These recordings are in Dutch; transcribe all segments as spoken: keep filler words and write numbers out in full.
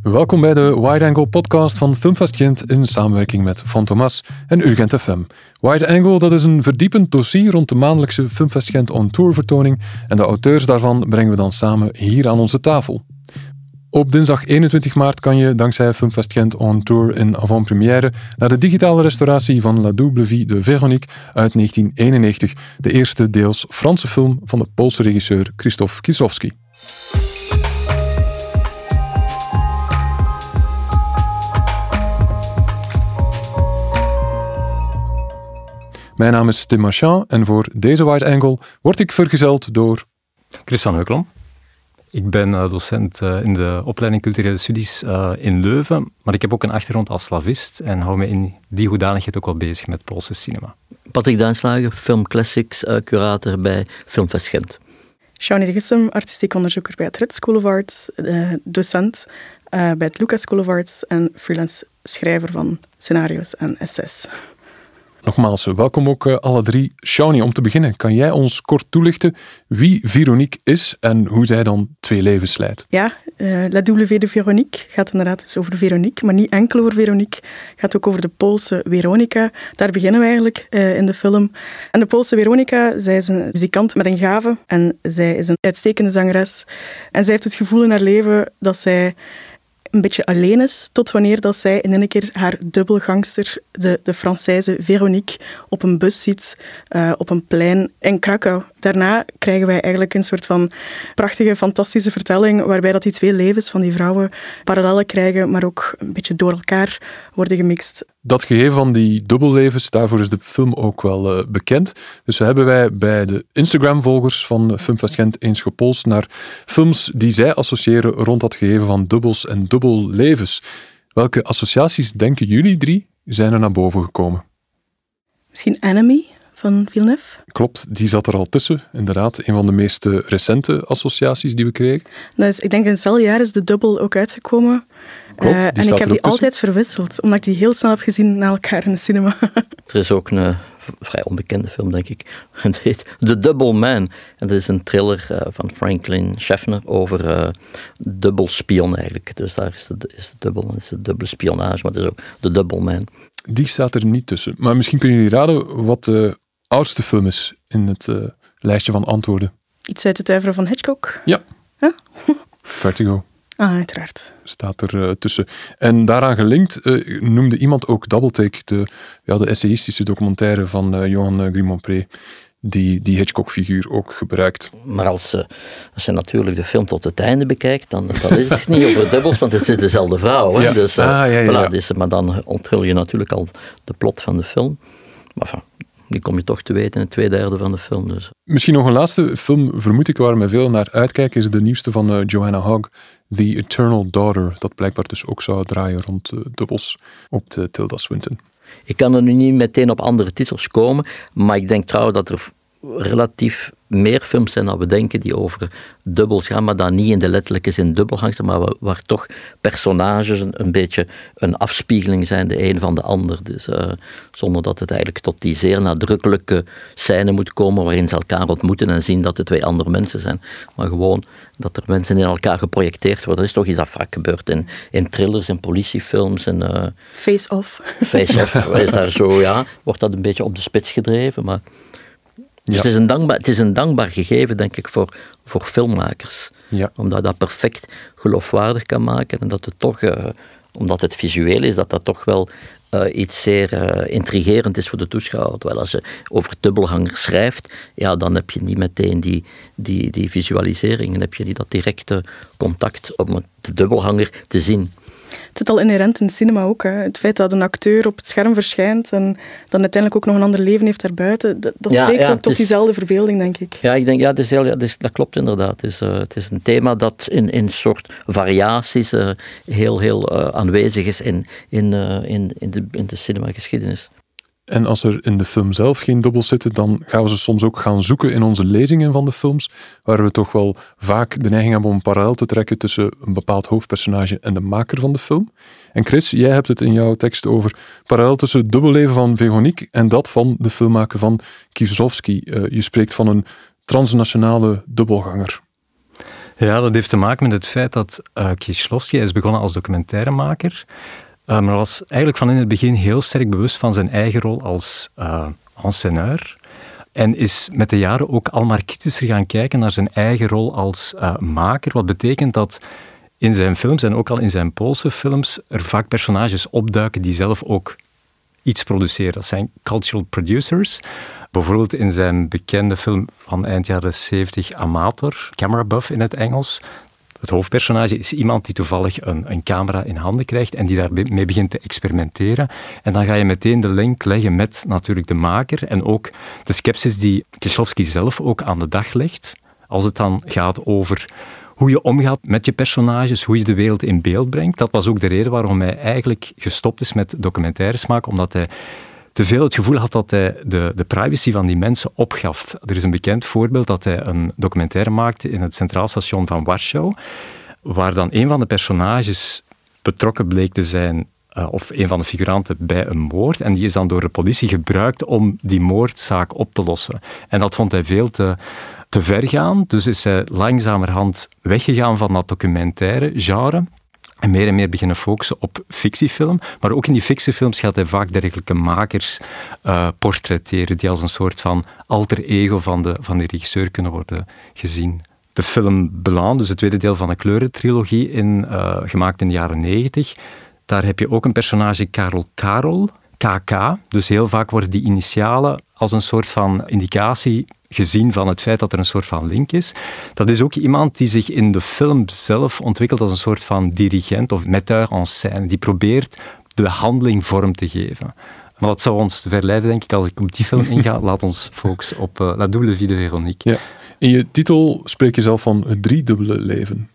Welkom bij de Wide Angle podcast van Filmfest Gent in samenwerking met Van Thomas en Urgent F M. Wide Angle, dat is een verdiepend dossier rond de maandelijkse Filmfest Gent on Tour vertoning en de auteurs daarvan brengen we dan samen hier aan onze tafel. Op dinsdag eenentwintig maart kan je dankzij Filmfest Gent on Tour in avant-première naar de digitale restauratie van La Double Vie de Véronique uit negentien eenennegentig, de eerste deels Franse film van de Poolse regisseur Krzysztof Kieslowski. Mijn naam is Tim Marchand en voor deze Wide Angle word ik vergezeld door... Chris van Heukelom. Ik ben uh, docent uh, in de opleiding culturele studies uh, in Leuven, maar ik heb ook een achtergrond als slavist en hou me in die hoedanigheid ook wel bezig met Poolse cinema. Patrick Duinslager, filmclassics, uh, curator bij Filmfest Gent. Shawnee de Gissem, artistiek onderzoeker bij het Ritz School of Arts, uh, docent uh, bij het Lucas School of Arts en freelance schrijver van scenario's en essays. Nogmaals, welkom ook uh, alle drie. Shawnee, om te beginnen, kan jij ons kort toelichten wie Véronique is en hoe zij dan twee levens leidt? Ja, uh, La Double Vie de Véronique gaat inderdaad eens over Véronique, maar niet enkel over Véronique. Het gaat ook over de Poolse Veronica. Daar beginnen we eigenlijk uh, in de film. En de Poolse Veronica, zij is een muzikant met een gave en zij is een uitstekende zangeres. En zij heeft het gevoel in haar leven dat zij een beetje alleen is, tot wanneer dat zij in een keer haar dubbelgangster, de, de Française Véronique, op een bus ziet, uh, op een plein in Krakau. Daarna krijgen wij eigenlijk een soort van prachtige, fantastische vertelling, waarbij dat die twee levens van die vrouwen parallellen krijgen, maar ook een beetje door elkaar worden gemixt. Dat gegeven van die dubbellevens, daarvoor is de film ook wel uh, bekend. Dus hebben wij bij de Instagram-volgers van Filmfest Gent eens gepolst naar films die zij associëren rond dat gegeven van dubbels en dubbellevens. Welke associaties denken jullie drie zijn er naar boven gekomen? Misschien Enemy van Villeneuve? Klopt, die zat er al tussen. Inderdaad, een van de meest recente associaties die we kregen. Dus ik denk in hetzelfde jaar is de dubbel ook uitgekomen. Klopt, die uh, en ik heb die altijd verwisseld, omdat ik die heel snel heb gezien na elkaar in de cinema. Er is ook een uh, vrij onbekende film, denk ik. Het heet The Double Man. En dat is een thriller uh, van Franklin Schaffner over uh, dubbelspion eigenlijk. Dus daar is de, is de dubbel, dat is de dubbele spionage, maar het is ook The Double Man. Die staat er niet tussen. Maar misschien kunnen jullie raden wat de oudste film is in het uh, lijstje van antwoorden. Iets uit het oeuvre van Hitchcock? Ja. Huh? Vertigo. Ah, uiteraard. Staat er uh, tussen. En daaraan gelinkt uh, noemde iemand ook Double Take, de, ja, de essayistische documentaire van uh, Johan uh, Grimonpré, die die Hitchcock-figuur ook gebruikt. Maar als, uh, als je natuurlijk de film tot het einde bekijkt, dan, dan is het niet over dubbels, want het is dezelfde vrouw. Hè? Ja. Dus, uh, ah, ja, ja, voilà, ja. dus, maar dan onthul je natuurlijk al de plot van de film. Maar enfin, die kom je toch te weten in het twee derde van de film. Dus. Misschien nog een laatste film, vermoed ik, waar we veel naar uitkijken, is de nieuwste van uh, Joanna Hogg, The Eternal Daughter, dat blijkbaar dus ook zou draaien rond uh, dubbels op de Tilda Swinton. Ik kan er nu niet meteen op andere titels komen, maar ik denk trouwens dat er relatief meer films zijn dan we denken die over dubbels gaan, maar dan niet in de letterlijke zin dubbelgangster, maar waar, waar toch personages een, een beetje een afspiegeling zijn, de een van de ander. Dus uh, zonder dat het eigenlijk tot die zeer nadrukkelijke scène moet komen waarin ze elkaar ontmoeten en zien dat de twee andere mensen zijn. Maar gewoon dat er mensen in elkaar geprojecteerd worden. Dat is toch iets dat vaak gebeurt in, in thrillers, in politiefilms. En, uh, Face-Off. Face-Off is daar zo, ja, wordt dat een beetje op de spits gedreven, maar... Dus ja. het, is een dankbaar, het is een dankbaar gegeven, denk ik, voor, voor filmmakers. Ja. Omdat dat perfect geloofwaardig kan maken en dat het toch, uh, omdat het visueel is, dat dat toch wel uh, iets zeer uh, intrigerend is voor de toeschouwer. Terwijl als je over dubbelganger schrijft, ja, dan heb je niet meteen die, die, die visualisering en heb je niet dat directe contact om de dubbelganger te zien. Het zit al inherent in de cinema ook. Hè. Het feit dat een acteur op het scherm verschijnt en dan uiteindelijk ook nog een ander leven heeft daarbuiten, dat, dat ja, spreekt ja, ook tot is, diezelfde verbeelding, denk ik. Ja, ik denk, ja, het is heel, ja, het is, dat klopt inderdaad. Het is, uh, het is een thema dat in, in soort variaties uh, heel, heel uh, aanwezig is in, in, uh, in, in de, in de cinemageschiedenis. En als er in de film zelf geen dubbels zitten, dan gaan we ze soms ook gaan zoeken in onze lezingen van de films, waar we toch wel vaak de neiging hebben om een parallel te trekken tussen een bepaald hoofdpersonage en de maker van de film. En Chris, jij hebt het in jouw tekst over parallel tussen het dubbelleven van Véronique en dat van de filmmaker van Kieslowski. Uh, je spreekt van een transnationale dubbelganger. Ja, dat heeft te maken met het feit dat uh, Kieślowski is begonnen als documentairemaker, uh, maar was eigenlijk van in het begin heel sterk bewust van zijn eigen rol als uh, enceneur. En is met de jaren ook al maar kritischer gaan kijken naar zijn eigen rol als uh, maker. Wat betekent dat in zijn films en ook al in zijn Poolse films er vaak personages opduiken die zelf ook iets produceren. Dat zijn cultural producers. Bijvoorbeeld in zijn bekende film van eind jaren zeventig, Amator, Camera Buff in het Engels. Het hoofdpersonage is iemand die toevallig een, een camera in handen krijgt en die daarmee begint te experimenteren. En dan ga je meteen de link leggen met natuurlijk de maker en ook de scepsis die Kieślowski zelf ook aan de dag legt. Als het dan gaat over hoe je omgaat met je personages, hoe je de wereld in beeld brengt. Dat was ook de reden waarom hij eigenlijk gestopt is met documentaires maken, omdat hij te veel het gevoel had dat hij de, de privacy van die mensen opgaf. Er is een bekend voorbeeld dat hij een documentaire maakte in het Centraal Station van Warschau, waar dan een van de personages betrokken bleek te zijn, uh, of een van de figuranten bij een moord, en die is dan door de politie gebruikt om die moordzaak op te lossen. En dat vond hij veel te, te ver gaan, dus is hij langzamerhand weggegaan van dat documentaire genre. En meer en meer beginnen focussen op fictiefilm. Maar ook in die fictiefilms gaat hij vaak dergelijke makers uh, portretteren, die als een soort van alter ego van de, van de regisseur kunnen worden gezien. De film Blanc, dus het tweede deel van de kleurentrilogie, in, uh, gemaakt in de jaren negentig. Daar heb je ook een personage, Karel Karol, K K. Dus heel vaak worden die initialen als een soort van indicatie gezien van het feit dat er een soort van link is. Dat is ook iemand die zich in de film zelf ontwikkelt als een soort van dirigent of metteur en scène. Die probeert de handeling vorm te geven. Maar dat zou ons te verleiden, denk ik, als ik op die film inga. Laat ons focussen op uh, La Double Vie de Véronique. Ja. In je titel spreek je zelf van het driedubbele leven.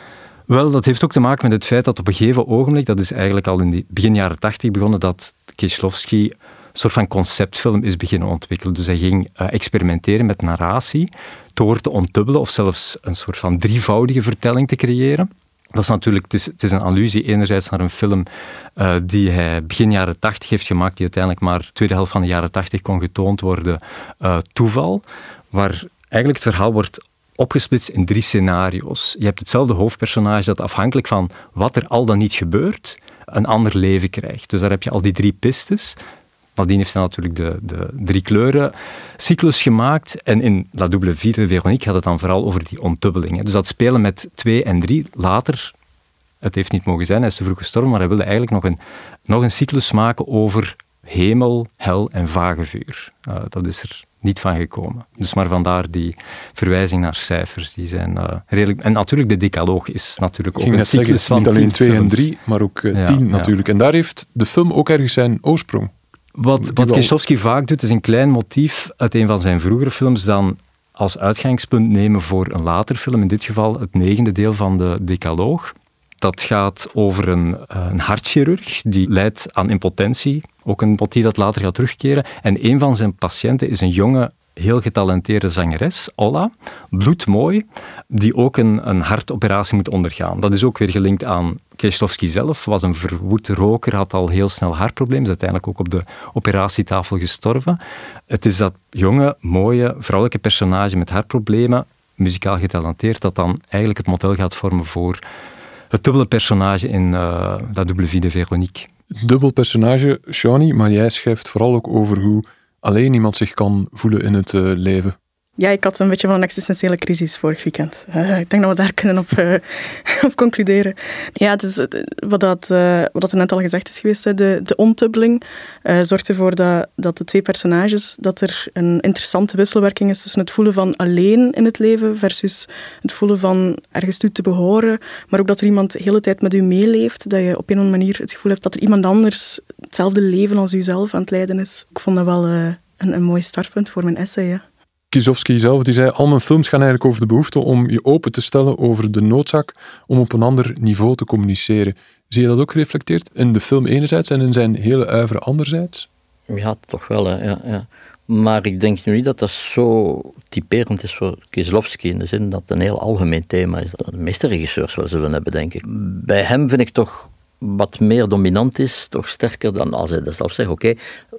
Wel, dat heeft ook te maken met het feit dat op een gegeven ogenblik, dat is eigenlijk al in die begin jaren tachtig begonnen, dat Kieślowski een soort van conceptfilm is beginnen ontwikkelen. Dus hij ging uh, experimenteren met narratie door te ontdubbelen of zelfs een soort van drievoudige vertelling te creëren. Dat is natuurlijk, het is, het is een allusie enerzijds naar een film uh, die hij begin jaren tachtig heeft gemaakt, die uiteindelijk maar de tweede helft van de jaren tachtig kon getoond worden, uh, Toeval, waar eigenlijk het verhaal wordt opgesplitst in drie scenario's. Je hebt hetzelfde hoofdpersonage dat afhankelijk van wat er al dan niet gebeurt, een ander leven krijgt. Dus daar heb je al die drie pistes. Nadien heeft hij natuurlijk de, de drie kleuren cyclus gemaakt. En in La Double Vie de Véronique gaat het dan vooral over die ontdubbeling. Dus dat spelen met twee en drie. Later, het heeft niet mogen zijn, hij is te vroeg gestorven, maar hij wilde eigenlijk nog een, nog een cyclus maken over hemel, hel en vagevuur. Uh, dat is er niet van gekomen. Dus maar vandaar die verwijzing naar cijfers. Die zijn uh, redelijk... En natuurlijk, de decaloog is natuurlijk ook een cyclus zeggen, van niet alleen twee films. en drie, maar ook uh, ja, tien natuurlijk. Ja. En daar heeft de film ook ergens zijn oorsprong. Wat, wat Kieślowski vaak doet, is een klein motief uit een van zijn vroegere films dan als uitgangspunt nemen voor een later film. In dit geval het negende deel van de decaloog. Dat gaat over een, een hartchirurg die lijdt aan impotentie. Ook een motief dat later gaat terugkeren. En een van zijn patiënten is een jonge, heel getalenteerde zangeres, Olla, bloedmooi, die ook een, een hartoperatie moet ondergaan. Dat is ook weer gelinkt aan Kieślowski zelf. Was een verwoed roker, had al heel snel hartproblemen, is uiteindelijk ook op de operatietafel gestorven. Het is dat jonge, mooie, vrouwelijke personage met hartproblemen, muzikaal getalenteerd, dat dan eigenlijk het model gaat vormen voor het dubbele personage in uh, La Double Vie de Véronique. Dubbel personage, Shawnee, maar jij schrijft vooral ook over hoe alleen iemand zich kan voelen in het uh, leven. Ja, ik had een beetje van een existentiële crisis vorig weekend. Uh, ik denk dat we daar kunnen op, uh, op concluderen. Ja, dus, wat, dat, uh, wat dat er net al gezegd is geweest, de, de ontdubbeling uh, zorgt ervoor dat, dat de twee personages, dat er een interessante wisselwerking is tussen het voelen van alleen in het leven versus het voelen van ergens toe te behoren, maar ook dat er iemand de hele tijd met u meeleeft, dat je op een of andere manier het gevoel hebt dat er iemand anders hetzelfde leven als u zelf aan het leiden is. Ik vond dat wel uh, een, een mooi startpunt voor mijn essay, ja. Kieślowski zelf die zei, al mijn films gaan eigenlijk over de behoefte om je open te stellen over de noodzaak om op een ander niveau te communiceren. Zie je dat ook gereflecteerd in de film enerzijds en in zijn hele oeuvre anderzijds? Ja, toch wel. Hè. Ja, ja. Maar ik denk nu niet dat dat zo typerend is voor Kieślowski, in de zin dat het een heel algemeen thema is, dat de meeste regisseurs wel zullen hebben, denk ik. Bij hem vind ik toch wat meer dominant is, toch sterker dan als hij dat zelf zegt. Oké, okay,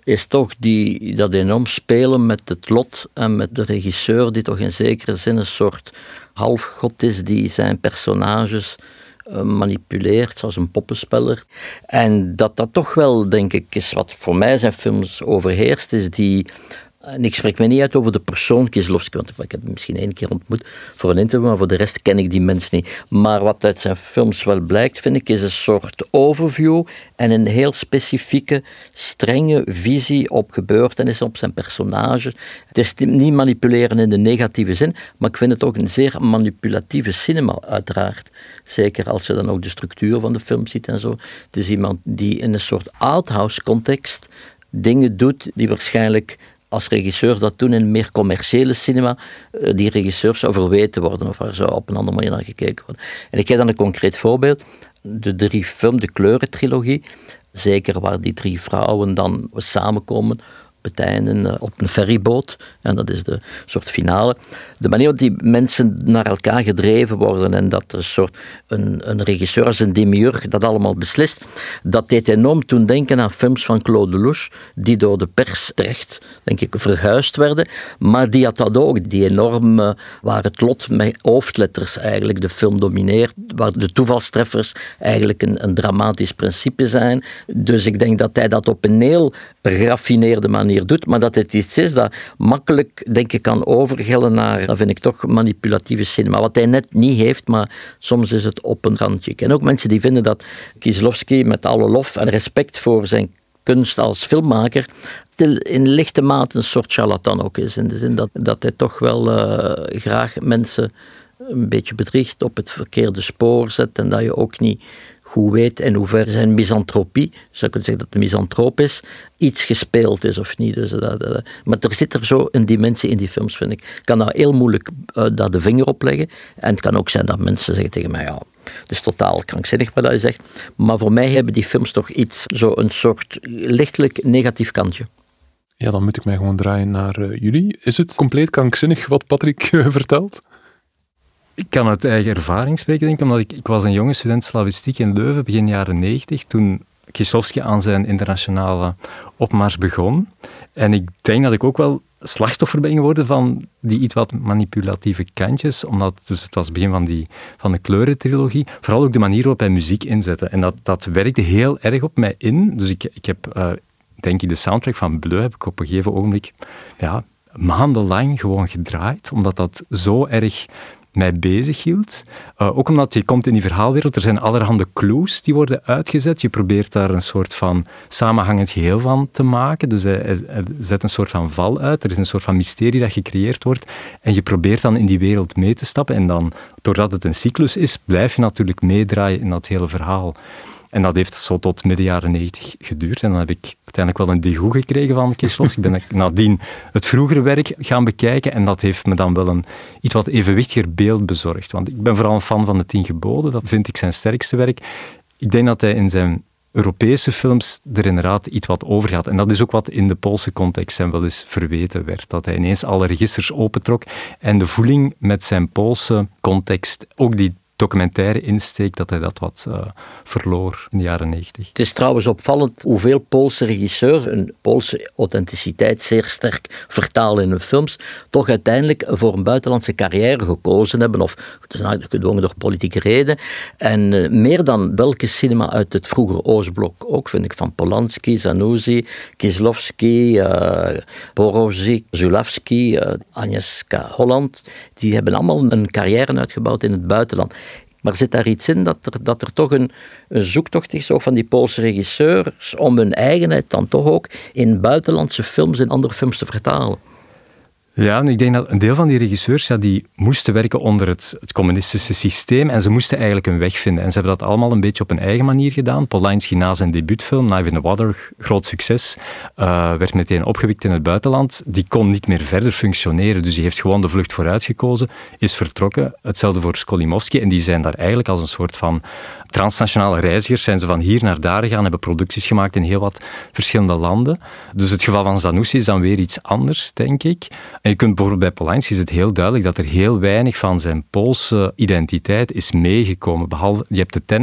is toch die, dat enorm spelen met het lot en met de regisseur die toch in zekere zin een soort halfgod is die zijn personages manipuleert, zoals een poppenspeler. En dat dat toch wel, denk ik, is wat voor mij zijn films overheerst, is die... En ik spreek me niet uit over de persoon Kieslowski, want ik heb hem misschien één keer ontmoet voor een interview, maar voor de rest ken ik die mens niet. Maar wat uit zijn films wel blijkt, vind ik, is een soort overview en een heel specifieke, strenge visie op gebeurtenissen, op zijn personages. Het is niet manipuleren in de negatieve zin, maar ik vind het ook een zeer manipulatieve cinema, uiteraard. Zeker als je dan ook de structuur van de film ziet en zo. Het is iemand die in een soort arthouse context dingen doet die waarschijnlijk... als regisseurs dat doen in een meer commerciële cinema, die regisseurs zou verweten worden of waar zou op een andere manier naar gekeken worden. En ik heb dan een concreet voorbeeld. De drie film, de kleurentrilogie, zeker waar die drie vrouwen dan samenkomen op het einde op een ferryboot, en dat is de soort finale. De manier waarop die mensen naar elkaar gedreven worden en dat een soort een, een regisseur als een demiurg dat allemaal beslist, dat deed enorm toen denken aan films van Claude Lelouch, die door de pers terecht, denk ik, verguisd werden, maar die had dat ook, die enorm, waar het lot met hoofdletters eigenlijk de film domineert, waar de toevalstreffers eigenlijk een, een dramatisch principe zijn. Dus ik denk dat hij dat op een heel geraffineerde manier doet, maar dat het iets is dat makkelijk, denk ik, kan overgellen naar, dat vind ik toch manipulatieve cinema. Wat hij net niet heeft, maar soms is het op een randje. En ook mensen die vinden dat Kieslowski met alle lof en respect voor zijn kunst als filmmaker in lichte mate een soort charlatan ook is. In de zin dat, dat hij toch wel uh, graag mensen een beetje bedriegt, op het verkeerde spoor zet en dat je ook niet goed weet in hoeverre zijn misantropie, zou ik kunnen zeggen dat de misantroop is, iets gespeeld is of niet. Dus dat, dat, maar er zit er zo een dimensie in die films, vind ik. Ik kan daar heel moeilijk uh, daar de vinger op leggen. En het kan ook zijn dat mensen zeggen tegen mij, ja, het is totaal krankzinnig wat je zegt. Maar voor mij hebben die films toch iets, zo een soort lichtelijk negatief kantje. Ja, dan moet ik mij gewoon draaien naar uh, jullie. Is het compleet krankzinnig wat Patrick uh, vertelt? Ik kan uit eigen ervaring spreken, denk ik, omdat ik, ik was een jonge student slavistiek in Leuven, begin jaren negentig, toen Kieslowski aan zijn internationale opmars begon. En ik denk dat ik ook wel slachtoffer ben geworden van die iets wat manipulatieve kantjes, omdat dus het was het begin van, die, van de kleurentrilogie, vooral ook de manier waarop hij muziek inzette. En dat, dat werkte heel erg op mij in. Dus ik, ik heb, uh, denk ik, de soundtrack van Bleu heb ik op een gegeven ogenblik ja, maandenlang gewoon gedraaid, omdat dat zo erg mij bezig hield. Uh, ook omdat je komt in die verhaalwereld, er zijn allerhande clues die worden uitgezet. Je probeert daar een soort van samenhangend geheel van te maken. Dus hij, hij, hij zet een soort van val uit. Er is een soort van mysterie dat gecreëerd wordt. En je probeert dan in die wereld mee te stappen. En dan, doordat het een cyclus is, blijf je natuurlijk meedraaien in dat hele verhaal. En dat heeft zo tot midden jaren negentig geduurd. En dan heb ik uiteindelijk wel een dégoût gekregen van Kieslowski. Ik ben nadien het vroegere werk gaan bekijken en dat heeft me dan wel een iets wat evenwichtiger beeld bezorgd. Want ik ben vooral een fan van de Tien Geboden. Dat vind ik zijn sterkste werk. Ik denk dat hij in zijn Europese films er inderdaad iets wat over gaat. En dat is ook wat in de Poolse context hem wel eens verweten werd. Dat hij ineens alle registers opentrok en de voeling met zijn Poolse context, ook die documentaire insteek, dat hij dat wat uh, verloor in de jaren negentig. Het is trouwens opvallend hoeveel Poolse regisseurs een Poolse authenticiteit zeer sterk vertalen in hun films, toch uiteindelijk voor een buitenlandse carrière gekozen hebben, of gedwongen door politieke redenen. En uh, meer dan welke cinema uit het vroegere Oostblok, ook vind ik van Polanski, Zanussi, Kieslowski, uh, Borowczyk, Zulawski, uh, Agnieszka Holland, die hebben allemaal een carrière uitgebouwd in het buitenland. Maar zit daar iets in dat er, dat er toch een, een zoektocht is ook van die Poolse regisseurs om hun eigenheid dan toch ook in buitenlandse films en andere films te vertalen? Ja, en ik denk dat een deel van die regisseurs, ja, die moesten werken onder het, het communistische systeem en ze moesten eigenlijk een weg vinden. En ze hebben dat allemaal een beetje op hun eigen manier gedaan. Polanski na zijn debuutfilm, Knife in the Water, groot succes, uh, werd meteen opgewikt in het buitenland. Die kon niet meer verder functioneren, dus die heeft gewoon de vlucht vooruit gekozen, is vertrokken. Hetzelfde voor Skolimowski en die zijn daar eigenlijk als een soort van transnationale reizigers, zijn ze van hier naar daar gegaan, hebben producties gemaakt in heel wat verschillende landen. Dus het geval van Zanussi is dan weer iets anders, denk ik. En je kunt bijvoorbeeld bij Polanski is het heel duidelijk dat er heel weinig van zijn Poolse identiteit is meegekomen. Behalve, je hebt de Tenet,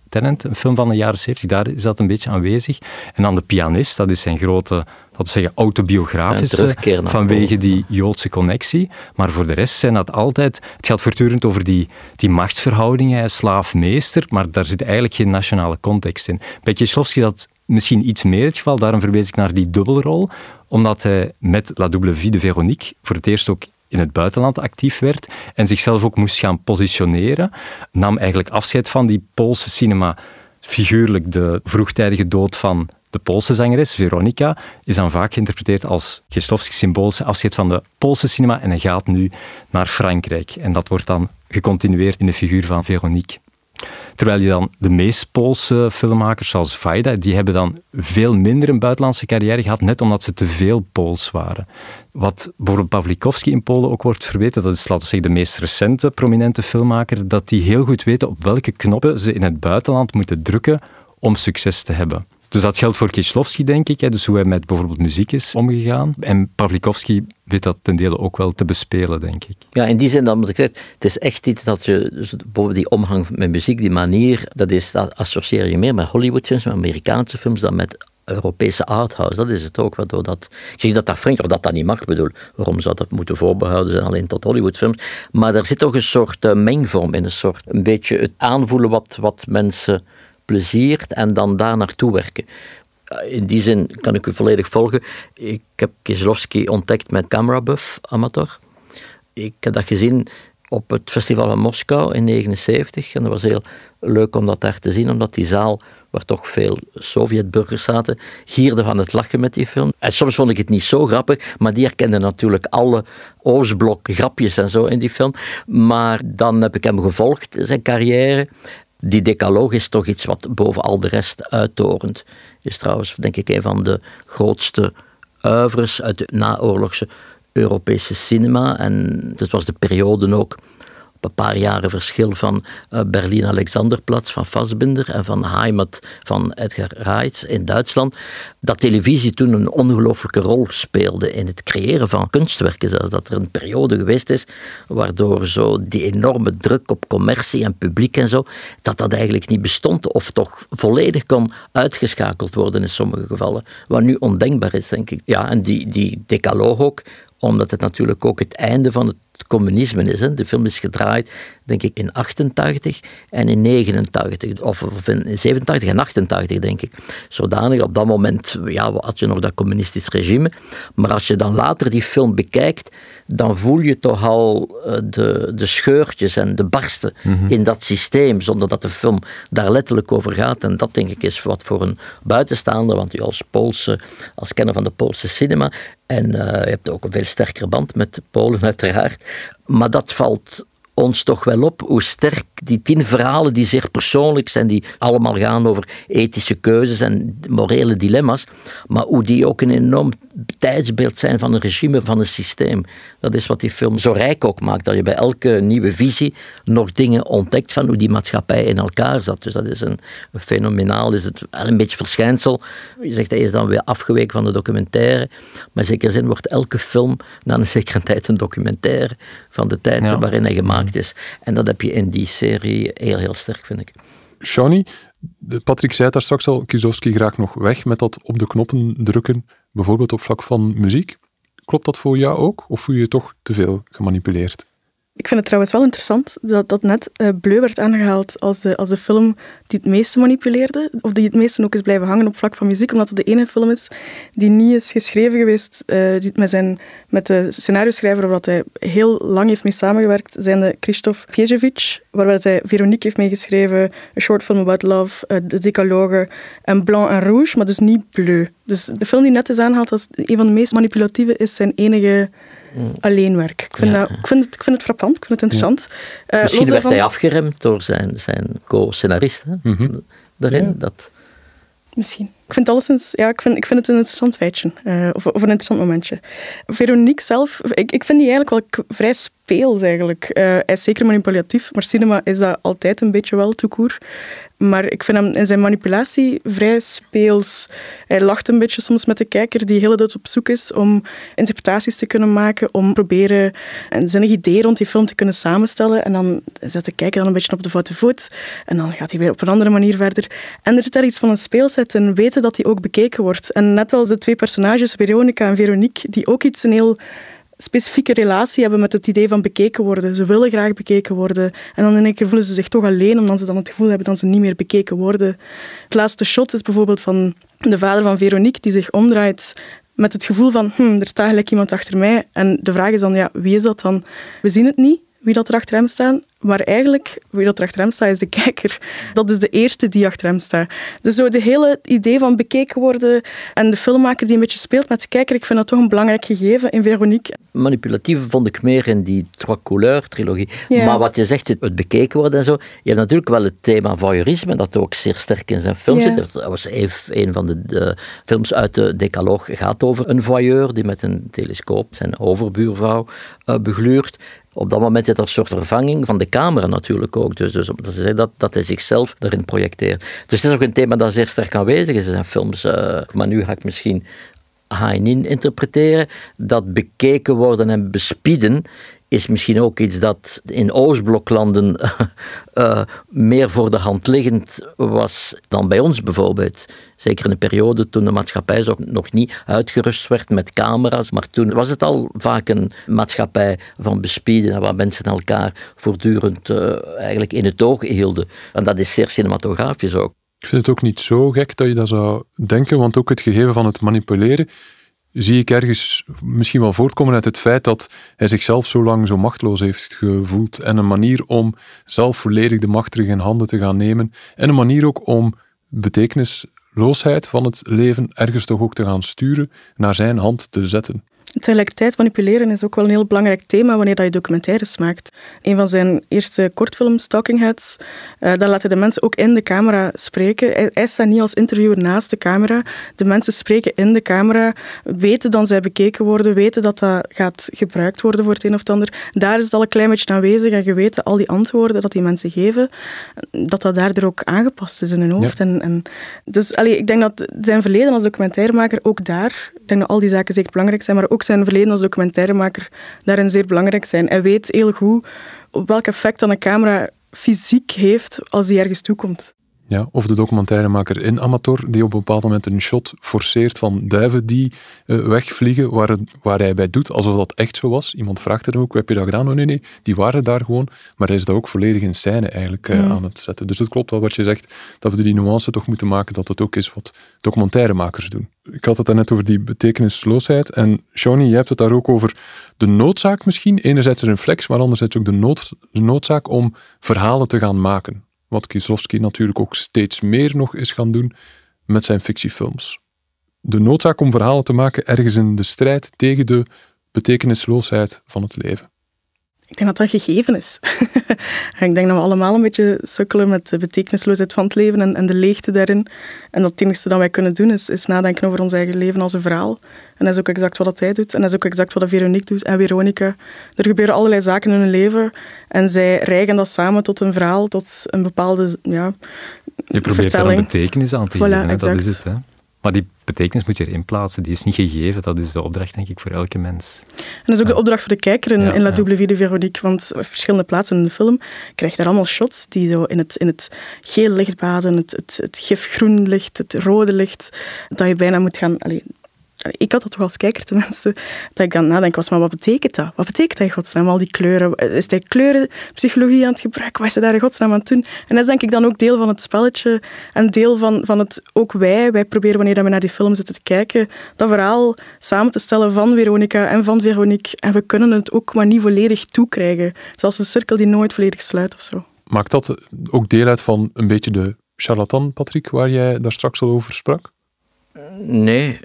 Tenet, een film van de jaren zeventig, daar is dat een beetje aanwezig. En dan De Pianist, dat is zijn grote, laten we zeggen, autobiografische, vanwege die Joodse connectie. Maar voor de rest zijn dat altijd, het gaat voortdurend over die, die machtsverhoudingen, slaaf-meester, maar daar zit eigenlijk geen nationale context in. Bij Kieślowski is dat misschien iets meer het geval, daarom verwees ik naar die dubbelrol, omdat hij met La Double Vie de Véronique voor het eerst ook in het buitenland actief werd en zichzelf ook moest gaan positioneren, nam eigenlijk afscheid van die Poolse cinema. Figuurlijk de vroegtijdige dood van de Poolse zangeres, Veronica, is dan vaak geïnterpreteerd als Kieślowski's symbolische afscheid van de Poolse cinema en hij gaat nu naar Frankrijk. En dat wordt dan gecontinueerd in de figuur van Veronique. Terwijl je dan de meest Poolse filmmakers, zoals Wajda, die hebben dan veel minder een buitenlandse carrière gehad, net omdat ze te veel Pools waren. Wat bijvoorbeeld Pawlikowski in Polen ook wordt verweten, dat is, laten we zeggen, de meest recente prominente filmmaker, dat die heel goed weten op welke knoppen ze in het buitenland moeten drukken om succes te hebben. Dus dat geldt voor Kieślowski, denk ik, dus hoe hij met bijvoorbeeld muziek is omgegaan. En Pawlikowski weet dat ten dele ook wel te bespelen, denk ik. Ja, in die zin, dat moet ik zeggen, het is echt iets dat je, dus bijvoorbeeld die omgang met muziek, die manier, dat, is, dat associeer je meer met Hollywoodfilms, met Amerikaanse films, dan met Europese arthouse. Dat is het ook, waardoor dat, ik zeg dat dat Frank, of dat dat niet mag, bedoel, waarom zou dat moeten voorbehouden zijn alleen tot Hollywoodfilms, maar er zit toch een soort uh, mengvorm in, een soort, een beetje het aanvoelen wat, wat mensen pleziert en dan daar naartoe werken. In die zin kan ik u volledig volgen. Ik heb Kieślowski ontdekt met Camera Buff, amateur. Ik heb dat gezien op het festival van Moskou in negentien negenenzeventig en dat was heel leuk om dat daar te zien, omdat die zaal, waar toch veel Sovjetburgers zaten, gierde van het lachen met die film. En soms vond ik het niet zo grappig, maar die herkenden natuurlijk alle Oostblok grapjes en zo in die film. Maar dan heb ik hem gevolgd, zijn carrière. Die decaloog is toch iets wat boven al de rest uittorent. Is trouwens, denk ik, een van de grootste oeuvres uit het naoorlogse Europese cinema. En dat was de periode ook, op een paar jaren verschil van uh, Berlin-Alexanderplatz van Fassbinder en van Heimat van Edgar Reitz in Duitsland, dat televisie toen een ongelooflijke rol speelde in het creëren van kunstwerken. Zelfs dat er een periode geweest is waardoor zo die enorme druk op commercie en publiek en zo, dat dat eigenlijk niet bestond of toch volledig kon uitgeschakeld worden in sommige gevallen. Wat nu ondenkbaar is, denk ik. Ja, en die, die decaloog ook, omdat het natuurlijk ook het einde van het communisme is. Hè. De film is gedraaid, denk ik, in achtentachtig en in negenentachtig. Of, of in zevenentachtig en achtentachtig, denk ik. Zodanig, op dat moment ja, had je nog dat communistisch regime. Maar als je dan later die film bekijkt, dan voel je toch al de, de scheurtjes en de barsten mm-hmm. in dat systeem, zonder dat de film daar letterlijk over gaat. En dat, denk ik, is wat voor een buitenstaander, want je als Poolse, als kenner van de Poolse cinema, en uh, je hebt ook een veel sterkere band met Polen, uiteraard. Maar dat valt ons toch wel op, hoe sterk die tien verhalen die zeer persoonlijk zijn, die allemaal gaan over ethische keuzes en morele dilemma's, maar hoe die ook een enorm tijdsbeeld zijn van een regime, van een systeem. Dat is wat die film zo rijk ook maakt, dat je bij elke nieuwe visie nog dingen ontdekt van hoe die maatschappij in elkaar zat. Dus dat is een, een fenomenaal, is het wel een beetje verschijnsel. Je zegt, hij is dan weer afgeweken van de documentaire, maar in zekere zin wordt elke film na een zekere tijd een documentaire van de tijd ja. waarin hij gemaakt is. En dat heb je in die serie heel, heel sterk, vind ik. Shawnee, Patrick zei het daar straks al, Kieślowski graag nog weg met dat op de knoppen drukken, bijvoorbeeld op vlak van muziek. Klopt dat voor jou ook, of voel je je toch te veel gemanipuleerd? Ik vind het trouwens wel interessant dat, dat net uh, Bleu werd aangehaald als de, als de film die het meeste manipuleerde, of die het meeste ook is blijven hangen op vlak van muziek, omdat het de ene film is die niet is geschreven geweest, uh, die met, zijn, met de scenario-schrijver waar hij heel lang heeft mee samengewerkt, zijn de Krzysztof Piejevic, waar hij Veronique heeft meegeschreven, een short film about love, uh, de Decalogue en Blanc en Rouge, maar dus niet Bleu. Dus de film die net is aangehaald als een van de meest manipulatieve is zijn enige alleenwerk. Ik vind, ja. dat, ik, vind het, ik vind het frappant, ik vind het interessant. Ja. Uh, Misschien werd daarvan... hij afgeremd door zijn, zijn co-scenarist. Mm-hmm. Daarin, ja. dat... Misschien. Ik vind alleszins, ja, ik vind, ik vind het een interessant feitje. Uh, of, of een interessant momentje. Veronique zelf, ik, ik vind die eigenlijk wel k- vrij speels eigenlijk. Uh, hij is zeker manipulatief, maar cinema is dat altijd een beetje wel tout court. Maar ik vind hem in zijn manipulatie vrij speels. Hij lacht een beetje soms met de kijker die de hele tijd op zoek is om interpretaties te kunnen maken, om proberen een zinnig idee rond die film te kunnen samenstellen. En dan zet de kijker dan een beetje op de foute voet. En dan gaat hij weer op een andere manier verder. En er zit daar iets van een speelsheid in, weten dat hij ook bekeken wordt. En net als de twee personages, Veronica en Veronique, die ook iets een heel specifieke relatie hebben met het idee van bekeken worden. Ze willen graag bekeken worden. En dan in één keer voelen ze zich toch alleen, omdat ze dan het gevoel hebben dat ze niet meer bekeken worden. Het laatste shot is bijvoorbeeld van de vader van Veronique, die zich omdraait met het gevoel van, hm, er staat gelijk iemand achter mij. En de vraag is dan, ja, wie is dat dan? We zien het niet, wie dat er achter hem staat. Maar eigenlijk, wie dat er achter hem staat, is de kijker. Dat is de eerste die achter hem staat. Dus zo de hele idee van bekeken worden en de filmmaker die een beetje speelt met de kijker, ik vind dat toch een belangrijk gegeven in Veronique. Manipulatief vond ik meer in die Trois Couleurs-trilogie. Ja. Maar wat je zegt, het bekeken worden en zo, je hebt natuurlijk wel het thema voyeurisme, dat ook zeer sterk in zijn film zit. Ja. Dat was een van de, de films uit de Decalogue, gaat over een voyeur die met een telescoop zijn overbuurvrouw uh, begluurt. Op dat moment is dat een soort vervanging van de camera natuurlijk ook. Dus, dus dat, dat, dat hij zichzelf erin projecteert. Dus het is ook een thema dat zeer sterk aanwezig is in zijn films. Uh, maar nu ga ik misschien Hainin interpreteren. Dat bekeken worden en bespieden is misschien ook iets dat in Oostbloklanden uh, uh, meer voor de hand liggend was dan bij ons bijvoorbeeld. Zeker in een periode toen de maatschappij zo nog niet uitgerust werd met camera's. Maar toen was het al vaak een maatschappij van bespieden, waar mensen elkaar voortdurend uh, eigenlijk in het oog hielden. En dat is zeer cinematografisch ook. Ik vind het ook niet zo gek dat je dat zou denken, want ook het gegeven van het manipuleren zie ik ergens misschien wel voortkomen uit het feit dat hij zichzelf zo lang zo machteloos heeft gevoeld. En een manier om zelf volledig de macht terug in handen te gaan nemen. En een manier ook om betekenisloosheid van het leven ergens toch ook te gaan sturen, naar zijn hand te zetten. Tegelijkertijd, manipuleren is ook wel een heel belangrijk thema wanneer je documentaires maakt. Een van zijn eerste kortfilms, Talking Heads, uh, daar laat hij de mensen ook in de camera spreken. Hij, hij staat niet als interviewer naast de camera. De mensen spreken in de camera, weten dat zij bekeken worden, weten dat dat gaat gebruikt worden voor het een of het ander. Daar is het al een klein beetje aanwezig en je weet al die antwoorden dat die mensen geven, dat dat daardoor ook aangepast is in hun hoofd. Ja. En, en dus allee, ik denk dat zijn verleden als documentairemaker ook daar, ik denk dat al die zaken zeker belangrijk zijn, maar ook zijn verleden als documentairemaker daarin zeer belangrijk zijn. Hij weet heel goed op welk effect dan een camera fysiek heeft als die ergens toekomt. Ja, of de documentairemaker in Amator, die op een bepaald moment een shot forceert van duiven die uh, wegvliegen, waar, het, waar hij bij doet, alsof dat echt zo was. Iemand vraagt hem ook, heb je dat gedaan? Oh nee, nee, die waren daar gewoon. Maar hij is dat ook volledig in scène eigenlijk uh, mm. aan het zetten. Dus het klopt wel wat je zegt, dat we die nuance toch moeten maken, dat het ook is wat documentairemakers doen. Ik had het daarnet over die betekenisloosheid. En Shawnee, je hebt het daar ook over de noodzaak misschien. Enerzijds een reflex, maar anderzijds ook de, nood, de noodzaak om verhalen te gaan maken. Wat Kieslowski natuurlijk ook steeds meer nog is gaan doen met zijn fictiefilms. De noodzaak om verhalen te maken ergens in de strijd tegen de betekenisloosheid van het leven. Ik denk dat dat gegeven is. Ik denk dat we allemaal een beetje sukkelen met de betekenisloosheid van het leven en, en de leegte daarin. En dat het enige dat wij kunnen doen is, is nadenken over ons eigen leven als een verhaal. En dat is ook exact wat dat hij doet. En dat is ook exact wat Veronique doet en Veronica. Er gebeuren allerlei zaken in hun leven en zij rijgen dat samen tot een verhaal, tot een bepaalde ja, Je probeert vertelling. er een betekenis aan te voilà, geven, exact. dat is het. Hè? Maar die betekenis moet je erin plaatsen. Die is niet gegeven. Dat is de opdracht, denk ik, voor elke mens. En dat is ook ja. de opdracht voor de kijker in, ja, in La ja. Double Vie de Veronique. Want op verschillende plaatsen in de film krijg je daar allemaal shots die zo in het, in het geel licht baden, het, het, het gifgroen licht, het rode licht, dat je bijna moet gaan... Allez, ik had dat toch als kijker tenminste, dat ik aan het nadenken was, maar wat betekent dat? Wat betekent dat in godsnaam, al die kleuren? Is hij kleurenpsychologie aan het gebruiken? Wat is hij daar in godsnaam aan het doen? En dat is denk ik dan ook deel van het spelletje en deel van, van het, ook wij, wij proberen wanneer we naar die film zitten te kijken, dat verhaal samen te stellen van Veronica en van Veronique. En we kunnen het ook maar niet volledig toekrijgen. Zoals een cirkel die nooit volledig sluit of zo. Maakt dat ook deel uit van een beetje de charlatan, Patrick, waar jij daar straks al over sprak? Nee.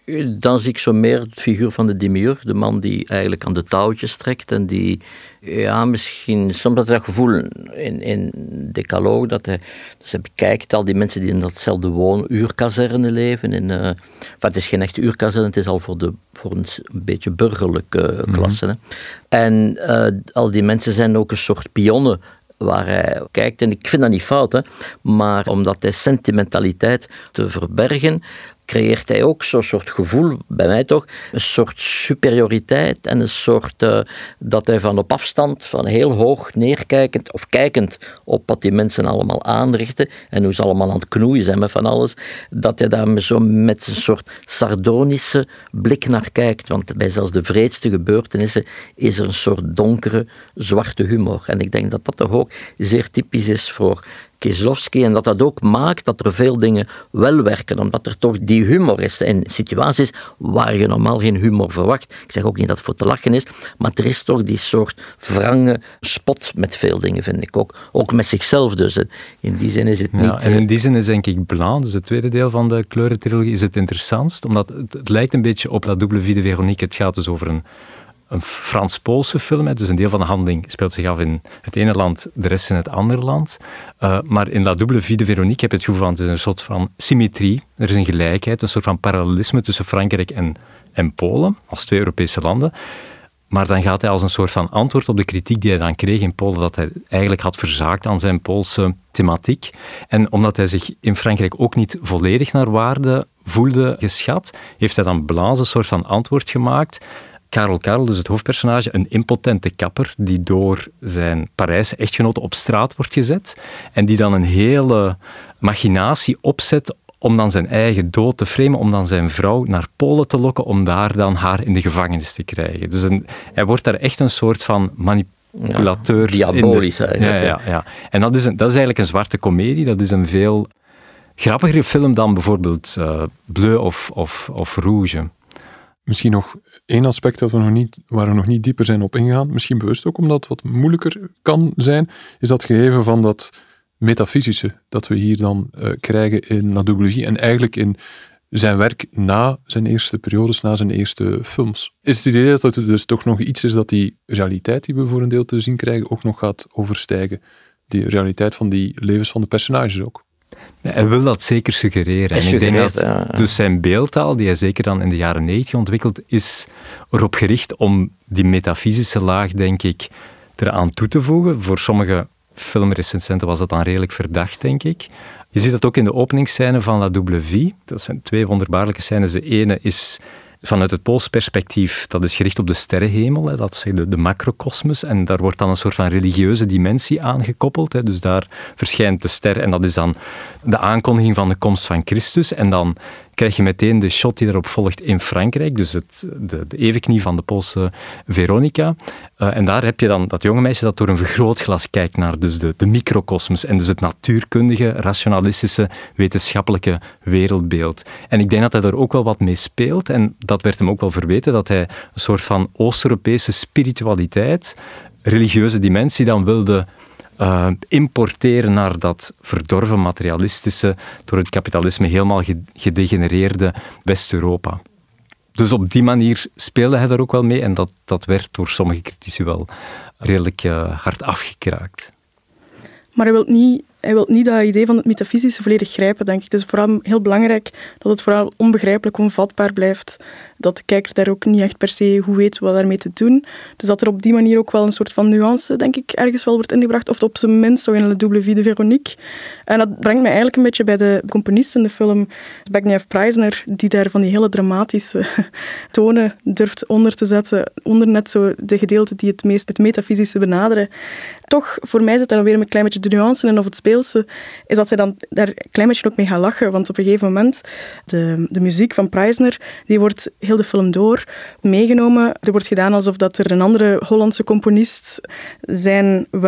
Dan zie ik zo meer het figuur van de demiurg, de man die eigenlijk aan de touwtjes trekt en die, ja, misschien soms dat, dat gevoel in, in Decaloog, dat hij, dus hij bekijkt al die mensen die in datzelfde woonuurkazerne leven. In, uh, het is geen echte uurkazerne, het is al voor, de, voor een, een beetje burgerlijke uh, klasse. Mm-hmm. En uh, al die mensen zijn ook een soort pionnen waar hij kijkt. En ik vind dat niet fout, hè, maar omdat hij sentimentaliteit te verbergen, creëert hij ook zo'n soort gevoel, bij mij toch, een soort superioriteit en een soort, uh, dat hij van op afstand, van heel hoog neerkijkend, of kijkend op wat die mensen allemaal aanrichten en hoe ze allemaal aan het knoeien zijn met van alles, dat hij daar zo met een soort sardonische blik naar kijkt. Want bij zelfs de wreedste gebeurtenissen is er een soort donkere, zwarte humor. En ik denk dat dat toch ook zeer typisch is voor Kieslowski en dat dat ook maakt dat er veel dingen wel werken, omdat er toch die humor is in situaties waar je normaal geen humor verwacht. Ik zeg ook niet dat het voor te lachen is, maar er is toch die soort wrange spot met veel dingen, vind ik ook. Ook met zichzelf dus. In die zin is het niet... Ja, en in die zin is denk ik Blanc, dus het tweede deel van de kleurentrilogie, is het interessantst, omdat het, het lijkt een beetje op La Double Vie de Véronique. Het gaat dus over een Een Frans-Poolse film, dus een deel van de handeling speelt zich af in het ene land, de rest in het andere land. Uh, maar in La Double Vie de Véronique heb je het gevoel van, het is een soort van symmetrie, er is een gelijkheid, een soort van parallelisme tussen Frankrijk en, en Polen, als twee Europese landen. Maar dan gaat hij als een soort van antwoord op de kritiek die hij dan kreeg in Polen, dat hij eigenlijk had verzaakt aan zijn Poolse thematiek. En omdat hij zich in Frankrijk ook niet volledig naar waarde voelde geschat, heeft hij dan Blanc een soort van antwoord gemaakt. Karel Karel, dus het hoofdpersonage, een impotente kapper die door zijn Parijse echtgenote op straat wordt gezet en die dan een hele machinatie opzet om dan zijn eigen dood te framen, om dan zijn vrouw naar Polen te lokken, om daar dan haar in de gevangenis te krijgen. Dus een, hij wordt daar echt een soort van manipulateur. Ja, diabolisch eigenlijk. Ja, ja, ja. En dat is, een, dat is eigenlijk een zwarte komedie, dat is een veel grappigere film dan bijvoorbeeld uh, Bleu of, of, of Rouge. Misschien nog één aspect dat we nog niet, waar we nog niet dieper zijn op ingegaan, misschien bewust ook omdat het wat moeilijker kan zijn, is dat gegeven van dat metafysische dat we hier dan uh, krijgen in La Double Vie en eigenlijk in zijn werk na zijn eerste periodes, na zijn eerste films. Is het idee dat het dus toch nog iets is dat die realiteit die we voor een deel te zien krijgen ook nog gaat overstijgen? Die realiteit van die levens van de personages ook? Ja, hij wil dat zeker suggereren. En ik denk dat ja, ja. Dus zijn beeldtaal, die hij zeker dan in de jaren negentig ontwikkelt, is erop gericht om die metafysische laag, denk ik, eraan toe te voegen. Voor sommige filmrecensenten was dat dan redelijk verdacht, denk ik. Je ziet dat ook in de openingsscène van La Double Vie. Dat zijn twee wonderbaarlijke scènes. De ene is vanuit het Pools perspectief, dat is gericht op de sterrenhemel, hè, dat is de, de macrocosmos, en daar wordt dan een soort van religieuze dimensie aangekoppeld. Hè, dus daar verschijnt de ster en dat is dan de aankondiging van de komst van Christus. En dan krijg je meteen de shot die daarop volgt in Frankrijk, dus het, de, de evenknie van de Poolse Veronica. Uh, en daar heb je dan dat jonge meisje dat door een vergrootglas kijkt naar dus de, de microcosmos en dus het natuurkundige, rationalistische, wetenschappelijke wereldbeeld. En ik denk dat hij daar ook wel wat mee speelt en dat werd hem ook wel verweten, dat hij een soort van Oost-Europese spiritualiteit, religieuze dimensie dan wilde Uh, importeren naar dat verdorven materialistische, door het kapitalisme helemaal gedegenereerde West-Europa. Dus op die manier speelde hij daar ook wel mee en dat, dat werd door sommige critici wel redelijk uh, hard afgekraakt. Maar hij wil niet, hij wil niet dat idee van het metafysische volledig grijpen, denk ik. Het is vooral heel belangrijk dat het vooral onbegrijpelijk, onvatbaar blijft. Dat de kijker daar ook niet echt per se goed weet wat daarmee te doen. Dus dat er op die manier ook wel een soort van nuance, denk ik, ergens wel wordt ingebracht. Of op zijn minst toch in La Double Vie de Véronique. En dat brengt mij eigenlijk een beetje bij de componist in de film, Zbigniew Preisner, die daar van die hele dramatische tonen durft onder te zetten. Onder net zo de gedeelten die het meest het metafysische benaderen. Toch, voor mij zit daar weer een klein beetje de nuance in, of het speelse, is dat hij dan daar een klein beetje ook mee gaat lachen. Want op een gegeven moment, de, de muziek van Preisner, die wordt heel de film door meegenomen. Er wordt gedaan alsof dat er een andere Hollandse componist zijn werk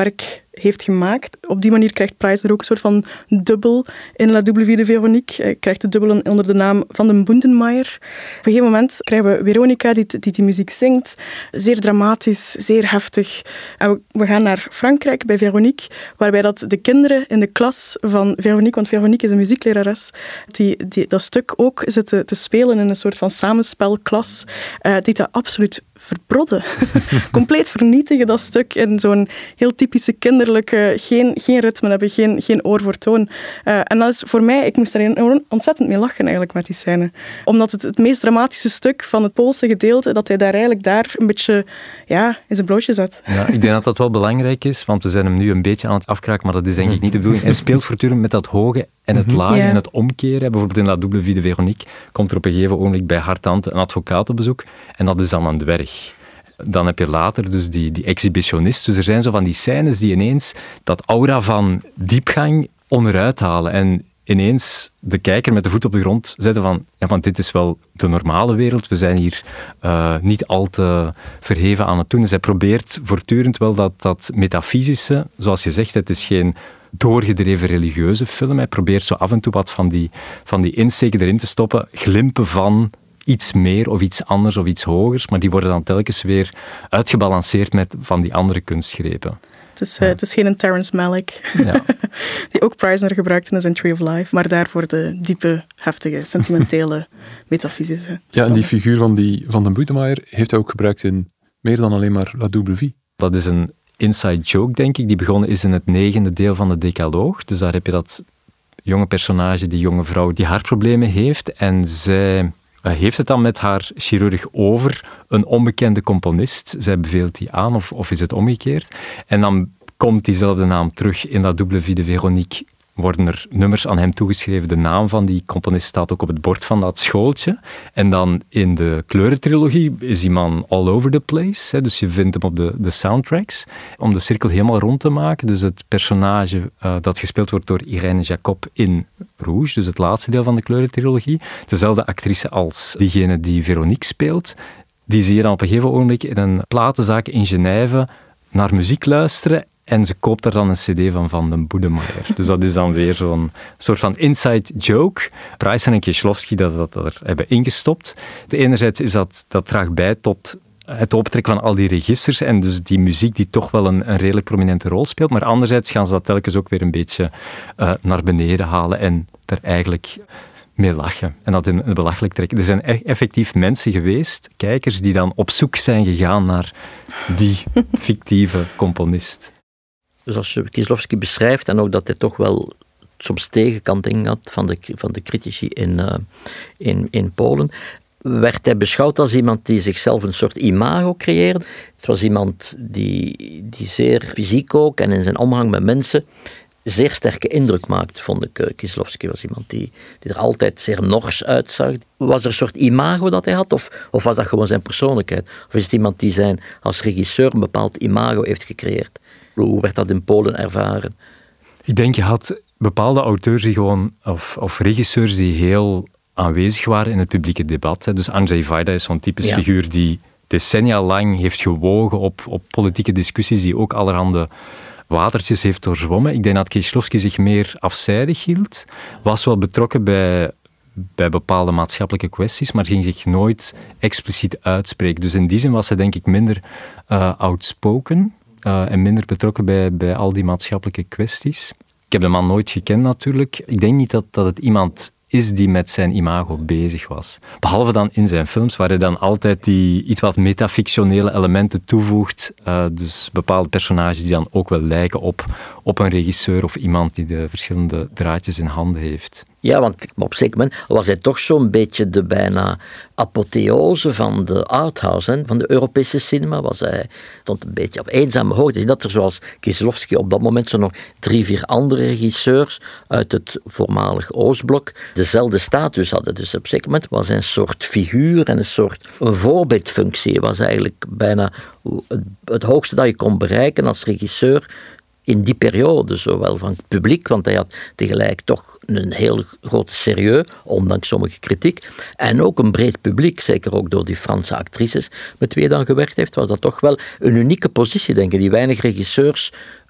heeft gemaakt. Op die manier krijgt Preisner ook een soort van dubbel in La Double Vie de Véronique. Hij krijgt de dubbel onder de naam van den Bundenmayer. Op een gegeven moment krijgen we Veronica die, die die muziek zingt. Zeer dramatisch, zeer heftig. En we, we gaan naar Frankrijk bij Véronique, waarbij dat de kinderen in de klas van Véronique, want Véronique is een muzieklerares, die, die dat stuk ook zitten te spelen in een soort van samenspelklas, uh, die dat absoluut verbrodden. Compleet vernietigen dat stuk in zo'n heel typische kinderlijke, geen, geen ritme hebben, geen, geen oor voor toon. Uh, en dat is voor mij, ik moest daar enorm, ontzettend mee lachen eigenlijk met die scène. Omdat het het meest dramatische stuk van het Poolse gedeelte, dat hij daar eigenlijk daar een beetje ja, in zijn blootje zet. Ja, ik denk dat dat wel belangrijk is, want we zijn hem nu een beetje aan het afkraken, maar dat is denk ik niet de bedoeling. Hij speelt voortdurend met dat hoge en het lage ja. en het omkeren. Bijvoorbeeld in La Double Vie de Véronique komt er op een gegeven ogenblik bij Hartante een advocaat op bezoek en dat is dan een dwerg. Dan heb je later dus die, die exhibitionist. Dus er zijn zo van die scènes die ineens dat aura van diepgang onderuit halen. En ineens de kijker met de voet op de grond zetten van ja, want dit is wel de normale wereld. We zijn hier uh, niet al te verheven aan het doen. Dus hij probeert voortdurend wel dat, dat metafysische, zoals je zegt, het is geen doorgedreven religieuze film. Hij probeert zo af en toe wat van die, van die insteken erin te stoppen. Glimpen van iets meer of iets anders of iets hogers, maar die worden dan telkens weer uitgebalanceerd met van die andere kunstgrepen. Het is, uh, het is geen Terrence Malick, ja. die ook Preisner gebruikte in zijn Tree of Life, maar daarvoor de diepe, heftige, sentimentele, metafysische. Ja, en die figuur van, die, van den Bundenmayer heeft hij ook gebruikt in meer dan alleen maar La Double Vie. Dat is een inside joke, denk ik, die begonnen is in het negende deel van de Decaloog. Dus daar heb je dat jonge personage, die jonge vrouw, die hartproblemen heeft en zij Uh, heeft het dan met haar chirurg over een onbekende componist. Zij beveelt die aan, of, of is het omgekeerd? En dan komt diezelfde naam terug in La Double Vie de Véronique. Worden er nummers aan hem toegeschreven. De naam van die componist staat ook op het bord van dat schooltje. En dan in de kleurentrilogie is die man all over the place. Hè, dus je vindt hem op de, de soundtracks. Om de cirkel helemaal rond te maken. Dus het personage uh, dat gespeeld wordt door Irene Jacob in Rouge, dus het laatste deel van de kleurentrilogie. Dezelfde actrice als diegene die Véronique speelt. Die zie je dan op een gegeven ogenblik in een platenzaak in Genève naar muziek luisteren. En ze koopt er dan een cd van Van den Bundenmayer. Dus dat is dan weer zo'n soort van inside joke. Preisner en Kieślowski dat, dat, dat er hebben ingestopt. De enerzijds is dat, dat draagt bij tot het optrekken van al die registers en dus die muziek die toch wel een, een redelijk prominente rol speelt. Maar anderzijds gaan ze dat telkens ook weer een beetje uh, naar beneden halen en er eigenlijk mee lachen. En dat in een belachelijk trekken. Er zijn effectief mensen geweest, kijkers, die dan op zoek zijn gegaan naar die fictieve componist. Zoals Kieślowski beschrijft, en ook dat hij toch wel soms tegenkanting had van de, van de critici in, uh, in, in Polen, werd hij beschouwd als iemand die zichzelf een soort imago creëerde. Het was iemand die, die zeer fysiek ook en in zijn omgang met mensen zeer sterke indruk maakte, vond ik. Uh, Kieślowski was iemand die, die er altijd zeer nors uitzag. Was er een soort imago dat hij had, of, of was dat gewoon zijn persoonlijkheid? Of is het iemand die zijn als regisseur een bepaald imago heeft gecreëerd? Hoe werd dat in Polen ervaren? Ik denk, je had bepaalde auteurs die gewoon, of, of regisseurs die heel aanwezig waren in het publieke debat. Hè. Dus Andrzej Wajda is zo'n typisch ja. figuur die decennia lang heeft gewogen op, op politieke discussies, die ook allerhande watertjes heeft doorzwommen. Ik denk dat Kieślowski zich meer afzijdig hield, was wel betrokken bij, bij bepaalde maatschappelijke kwesties, maar ging zich nooit expliciet uitspreken. Dus in die zin was hij denk ik minder uh, outspoken uh, en minder betrokken bij, bij al die maatschappelijke kwesties. Ik heb de man nooit gekend natuurlijk. Ik denk niet dat, dat het iemand is die met zijn imago bezig was. Behalve dan in zijn films, waar hij dan altijd die iets wat metafictionele elementen toevoegt. Uh, dus bepaalde personages die dan ook wel lijken op, op een regisseur of iemand die de verschillende draadjes in handen heeft. Ja, want op een zeker moment was hij toch zo'n beetje de bijna apotheose van de arthouse, hè, van de Europese cinema. Was hij stond een beetje op eenzame hoogte. Dus dat er zoals Kieślowski op dat moment zo nog drie, vier andere regisseurs uit het voormalig Oostblok dezelfde status hadden. Dus op een zeker moment was hij een soort figuur en een soort een voorbeeldfunctie. Hij was eigenlijk bijna het, het hoogste dat je kon bereiken als regisseur in die periode, zowel van het publiek, want hij had tegelijk toch een heel grote serieus, ondanks sommige kritiek, en ook een breed publiek, zeker ook door die Franse actrices met wie hij dan gewerkt heeft, was dat toch wel een unieke positie, denk ik, die weinig regisseurs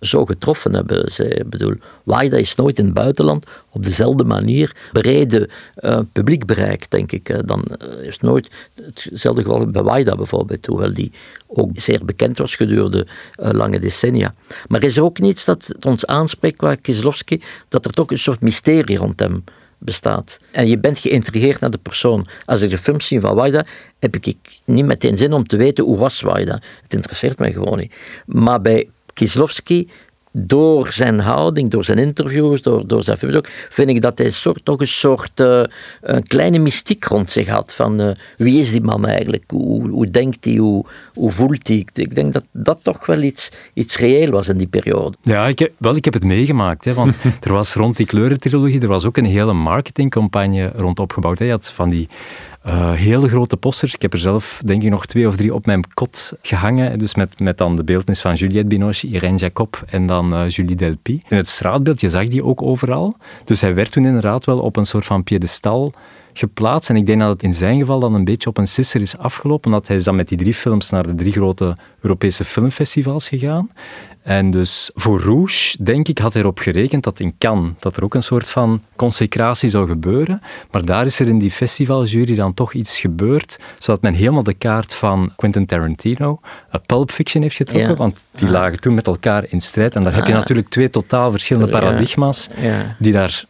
zo getroffen hebben. Ik bedoel, Wajda is nooit in het buitenland op dezelfde manier brede uh, publiek bereikt, denk ik. Dan uh, is nooit hetzelfde geval bij Wajda bijvoorbeeld, hoewel die ook zeer bekend was gedurende uh, lange decennia. Maar is er ook niets dat ons aanspreekt qua Kieslowski, dat er toch een soort mysterie rond hem bestaat. En je bent geïntrigeerd naar de persoon. Als ik de films zie van Wajda, heb ik niet meteen zin om te weten hoe was Wajda. Het interesseert mij gewoon niet. Maar bij Kieslowski, door zijn houding, door zijn interviews, door, door zijn films ook, vind ik dat hij soort, toch een soort uh, een kleine mystiek rond zich had. Van uh, wie is die man eigenlijk? Hoe, hoe denkt hij? Hoe, hoe voelt hij? Ik denk dat dat toch wel iets, iets reëel was in die periode. Ja, ik heb, wel, ik heb het meegemaakt. Hè, want er was rond die kleurentrilogie, er was ook een hele marketingcampagne rond opgebouwd. Hè. Je had van die Uh, hele grote posters. Ik heb er zelf denk ik nog twee of drie op mijn kot gehangen. Dus met, met dan de beeltenis van Juliette Binoche, Irène Jacob en dan uh, Julie Delpy. In het straatbeeld, je zag die ook overal. Dus hij werd toen inderdaad wel op een soort van piedestal geplaatst. En ik denk dat het in zijn geval dan een beetje op een sisser is afgelopen. Dat hij is dan met die drie films naar de drie grote Europese filmfestivals gegaan. En dus voor Rouge, denk ik, had hij erop gerekend dat in Cannes, dat er ook een soort van consecratie zou gebeuren. Maar daar is er in die festivaljury dan toch iets gebeurd, zodat men helemaal de kaart van Quentin Tarantino, uh, Pulp Fiction heeft getrokken, ja. Want die ah. lagen toen met elkaar in strijd. En daar ah. heb je natuurlijk twee totaal verschillende paradigma's ja. Ja. die daar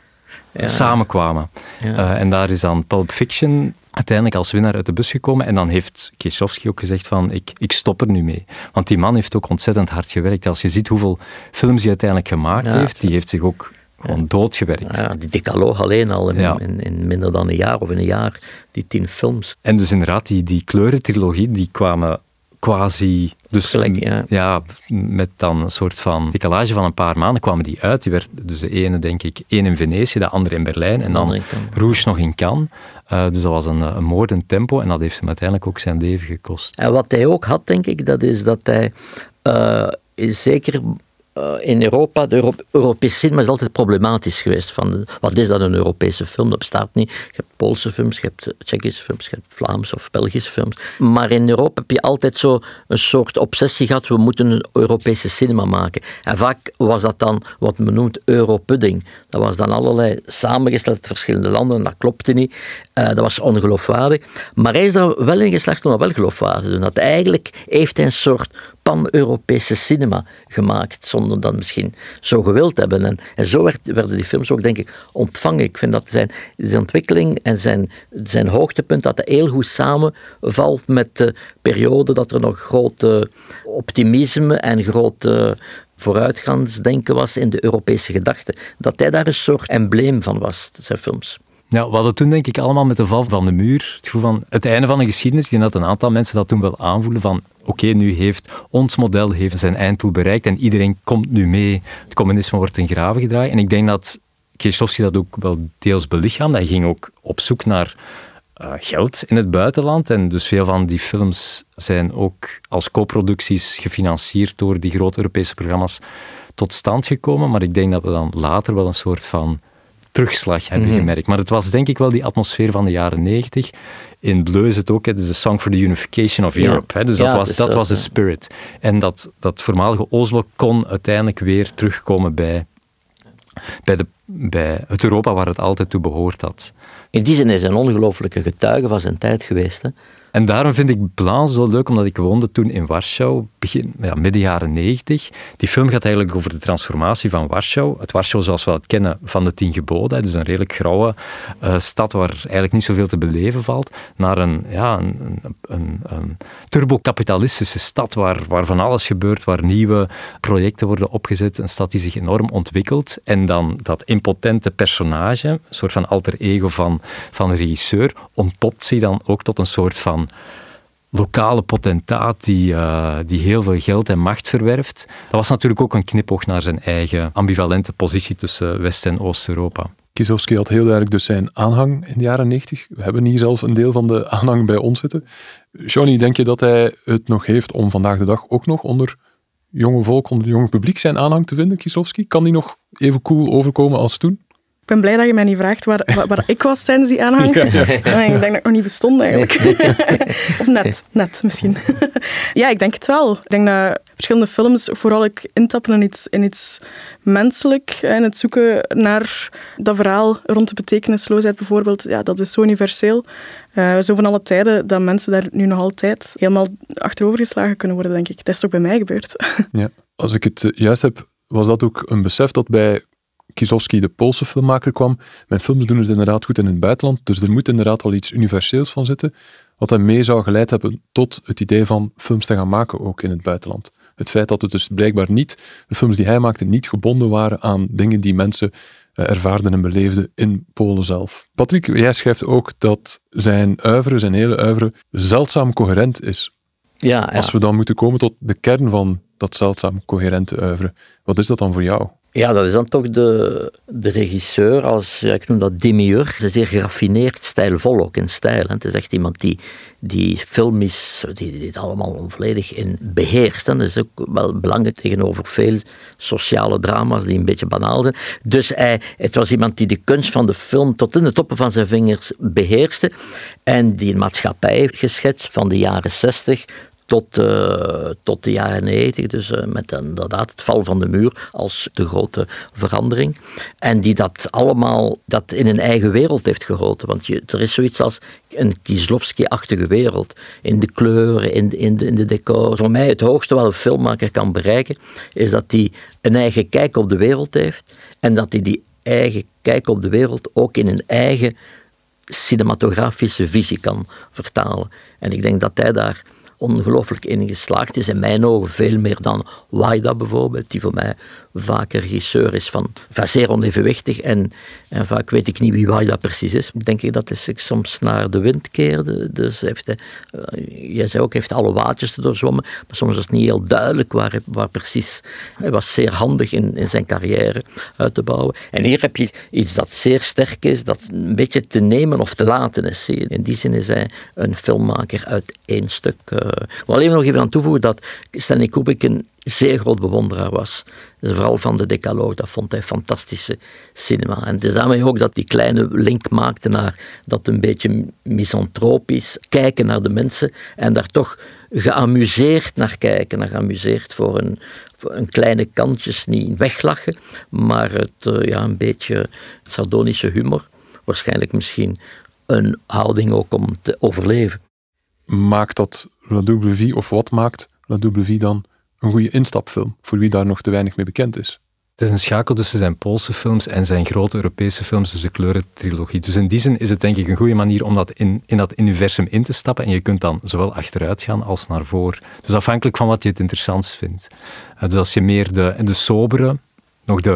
ja. samenkwamen. Ja. Uh, en daar is dan Pulp Fiction uiteindelijk als winnaar uit de bus gekomen. En dan heeft Kieslowski ook gezegd van, ik, ik stop er nu mee. Want die man heeft ook ontzettend hard gewerkt. Als je ziet hoeveel films hij uiteindelijk gemaakt ja, heeft, die heeft zich ook gewoon ja. doodgewerkt. Ja, die Decaloog alleen al in, ja. in, in minder dan een jaar of in een jaar, die tien films. En dus inderdaad, die, die kleurentrilogie, die kwamen quasi... Dus Gelijk, ja. ja, met dan een soort van decalage van een paar maanden kwamen die uit. Die werd dus de ene, denk ik, één in Venetië, de andere in Berlijn en dan Rouge nog in Cannes. Uh, dus dat was een, een moordend tempo en dat heeft hem uiteindelijk ook zijn leven gekost. En wat hij ook had, denk ik, dat is dat hij uh, zeker... Uh, in Europa, de Euro- Europese cinema is altijd problematisch geweest. Van de, wat is dat een Europese film? Dat bestaat niet. Je hebt Poolse films, je hebt Tsjechische films, je hebt Vlaamse of Belgische films. Maar in Europa heb je altijd zo een soort obsessie gehad, we moeten een Europese cinema maken. En vaak was dat dan wat men noemt Europudding. Dat was dan allerlei samengesteld uit verschillende landen en dat klopte niet. Uh, dat was ongeloofwaardig. Maar hij is er wel in geslaagd om dat wel geloofwaardig te doen. Dat eigenlijk heeft hij een soort pan-Europese cinema gemaakt, zonder dat misschien zo gewild hebben. En, en zo werd, werden die films ook, denk ik, ontvangen. Ik vind dat zijn, zijn ontwikkeling en zijn, zijn hoogtepunt, dat hij heel goed samenvalt met de periode dat er nog grote optimisme en grote vooruitgangsdenken was in de Europese gedachte. Dat hij daar een soort embleem van was, zijn films. Ja, we hadden toen denk ik allemaal met de val van de muur het gevoel van het einde van de geschiedenis. Ik denk dat een aantal mensen dat toen wel aanvoelen van oké, okay, nu heeft ons model heeft zijn einddoel bereikt en iedereen komt nu mee. Het communisme wordt ten grave gedraaid. En ik denk dat Kieslowski dat ook wel deels belichaamde. Hij ging ook op zoek naar uh, geld in het buitenland. En dus veel van die films zijn ook als co-producties gefinancierd door die grote Europese programma's tot stand gekomen. Maar ik denk dat we dan later wel een soort van terugslag hebben mm-hmm. gemerkt. Maar het was denk ik wel die atmosfeer van de jaren negentig. In Bleu is het ook, het is de Song for the Unification of Europe. Ja. Hè, dus ja, dat was, dat was de spirit. En dat, dat voormalige Oostblok kon uiteindelijk weer terugkomen bij, bij, de, bij het Europa waar het altijd toe behoord had. In die zin is hij een ongelooflijke getuige van zijn tijd geweest. Hè? En daarom vind ik Blanc zo leuk, omdat ik woonde toen in Warschau, begin, ja, midden jaren negentig. Die film gaat eigenlijk over de transformatie van Warschau. Het Warschau zoals we het kennen van de tien geboden, dus een redelijk grauwe uh, stad waar eigenlijk niet zoveel te beleven valt, naar een, ja, een, een, een turbokapitalistische stad waar, waar van alles gebeurt, waar nieuwe projecten worden opgezet, een stad die zich enorm ontwikkelt. En dan dat impotente personage, een soort van alter ego van, van een regisseur, ontpopt zich dan ook tot een soort van lokale potentaat die, uh, die heel veel geld en macht verwerft. Dat was natuurlijk ook een knipoog naar zijn eigen ambivalente positie tussen West- en Oost-Europa. Kieslowski had heel duidelijk dus zijn aanhang in de jaren negentig. We hebben hier zelf een deel van de aanhang bij ons zitten. Johnny, denk je dat hij het nog heeft om vandaag de dag ook nog onder jonge volk, onder jonge publiek zijn aanhang te vinden, Kieslowski? Kan die nog even cool overkomen als toen? Ik ben blij dat je mij niet vraagt waar, waar, waar ik was tijdens die aanhang. Ja, ja. Ik denk dat ik nog niet bestond eigenlijk. Of net, net misschien. Ja, ik denk het wel. Ik denk dat verschillende films vooral ook intappen in iets, in iets menselijk. En het zoeken naar dat verhaal rond de betekenisloosheid bijvoorbeeld. Ja, dat is zo universeel. Uh, zo van alle tijden dat mensen daar nu nog altijd helemaal achterovergeslagen kunnen worden, denk ik. Dat is toch bij mij gebeurd. Ja, als ik het juist heb, was dat ook een besef dat bij Kieslowski, de Poolse filmmaker, kwam. Mijn films doen het inderdaad goed in het buitenland, dus er moet inderdaad wel iets universeels van zitten, wat hem mee zou geleid hebben tot het idee van films te gaan maken ook in het buitenland. Het feit dat het dus blijkbaar niet, de films die hij maakte, niet gebonden waren aan dingen die mensen uh, ervaarden en beleefden in Polen zelf. Patrick, jij schrijft ook dat zijn oeuvre, zijn hele oeuvre, zeldzaam coherent is. Ja, ja. Als we dan moeten komen tot de kern van dat zeldzaam coherente oeuvre, wat is dat dan voor jou? Ja, dat is dan toch de, de regisseur als, ja, ik noem dat demiurg. Ze is zeer geraffineerd, stijlvol ook in stijl. Hè. Het is echt iemand die, die filmisch, die, die het allemaal volledig in beheerst. En dat is ook wel belangrijk tegenover veel sociale drama's die een beetje banaal zijn. Dus hij, het was iemand die de kunst van de film tot in de toppen van zijn vingers beheerste. En die een maatschappij heeft geschetst van de jaren zestig Tot, uh, tot de jaren negentig, dus uh, met inderdaad het val van de muur als de grote verandering. En die dat allemaal dat in een eigen wereld heeft gegoten. Want je, er is zoiets als een Kieslowski-achtige wereld. In de kleuren, in de, in, de, in de decor. Voor mij het hoogste wat een filmmaker kan bereiken, is dat hij een eigen kijk op de wereld heeft. En dat hij die eigen kijk op de wereld ook in een eigen cinematografische visie kan vertalen. En ik denk dat hij daar ongelooflijk in geslaagd is. In mijn ogen veel meer dan Wajda bijvoorbeeld, die voor mij vaak een regisseur is van, van zeer onevenwichtig en, en vaak weet ik niet wie Wajda precies is. Denk ik dat hij zich soms naar de wind keerde. Dus heeft hij, uh, jij zei ook, heeft alle waadjes te doorzwommen, maar soms was het niet heel duidelijk waar, waar precies. Hij was zeer handig in, in zijn carrière uit te bouwen. En hier heb je iets dat zeer sterk is, dat een beetje te nemen of te laten is. In die zin is hij een filmmaker uit één stuk. Uh, ik wil alleen nog even aan toevoegen dat Stanley Kubrick een zeer groot bewonderaar was. Dus vooral van de Decaloog, dat vond hij fantastische cinema. En het is daarmee ook dat die kleine link maakte naar dat een beetje misantropisch kijken naar de mensen en daar toch geamuseerd naar kijken, naar geamuseerd voor een, voor een kleine kantjes, niet weglachen, maar het, uh, ja, een beetje sardonische humor. Waarschijnlijk misschien een houding ook om te overleven. Maakt dat La Double Vie, of wat maakt La Double Vie dan een goede instapfilm, voor wie daar nog te weinig mee bekend is? Het is een schakel tussen zijn Poolse films en zijn grote Europese films, dus de kleurentrilogie. Dus in die zin is het denk ik een goede manier om dat in, in dat universum in te stappen en je kunt dan zowel achteruit gaan als naar voren. Dus afhankelijk van wat je het interessantst vindt. Uh, dus als je meer de, de sobere, nog de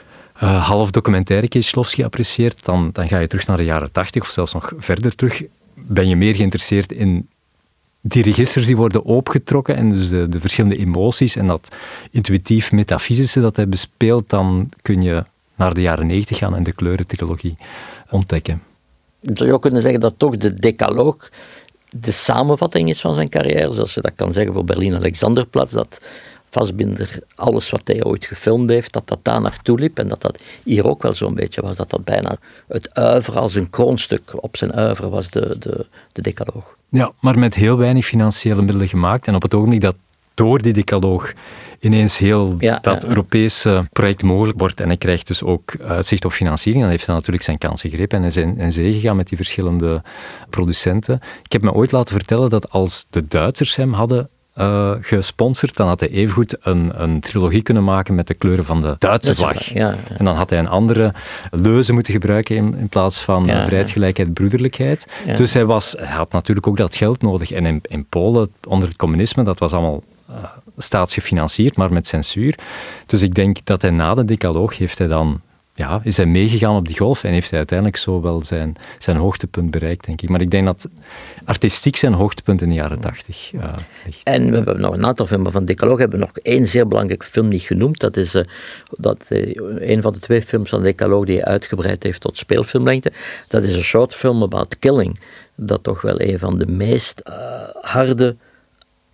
uh, half documentaire Kieslowski apprecieert, dan, dan ga je terug naar de jaren tachtig of zelfs nog verder terug. Ben je meer geïnteresseerd in die registers die worden opengetrokken en dus de, de verschillende emoties en dat intuïtief metafysische dat hij bespeelt, dan kun je naar de jaren negentig gaan en de kleurentrilogie ontdekken. Zou je ook kunnen zeggen dat toch de Decaloog de samenvatting is van zijn carrière, zoals je dat kan zeggen voor Berlin-Alexanderplatz, dat Fassbinder, alles wat hij ooit gefilmd heeft, dat dat daar naartoe liep en dat dat hier ook wel zo'n beetje was, dat dat bijna het oeuvre als een kroonstuk op zijn oeuvre was, de, de, de Decaloog. Ja, maar met heel weinig financiële middelen gemaakt en op het ogenblik dat door die Decaloog ineens heel ja, dat ja, Europese project mogelijk wordt en hij krijgt dus ook uitzicht op financiering, dan heeft hij natuurlijk zijn kans gegrepen en is in, in zee gegaan met die verschillende producenten. Ik heb me ooit laten vertellen dat als de Duitsers hem hadden Uh, gesponsord, dan had hij evengoed een, een trilogie kunnen maken met de kleuren van de Duitse vlag. Ja, ja. En dan had hij een andere leuze moeten gebruiken in, in plaats van ja, vrijheid, ja. gelijkheid, broederlijkheid. Ja. Dus hij, was, hij had natuurlijk ook dat geld nodig. En in, in Polen, onder het communisme, dat was allemaal uh, staatsgefinancierd, maar met censuur. Dus ik denk dat hij na de Decaloog heeft hij dan ja, is hij meegegaan op die golf en heeft hij uiteindelijk zo wel zijn, zijn hoogtepunt bereikt, denk ik. Maar ik denk dat artistiek zijn hoogtepunt in de jaren tachtig uh, ligt. En we hebben nog een aantal filmen van Decaloog. We hebben nog één zeer belangrijke film niet genoemd. Dat is uh, dat, uh, een van de twee films van Decaloog die hij uitgebreid heeft tot speelfilmlengte. Dat is een short film about killing. Dat toch wel een van de meest uh, harde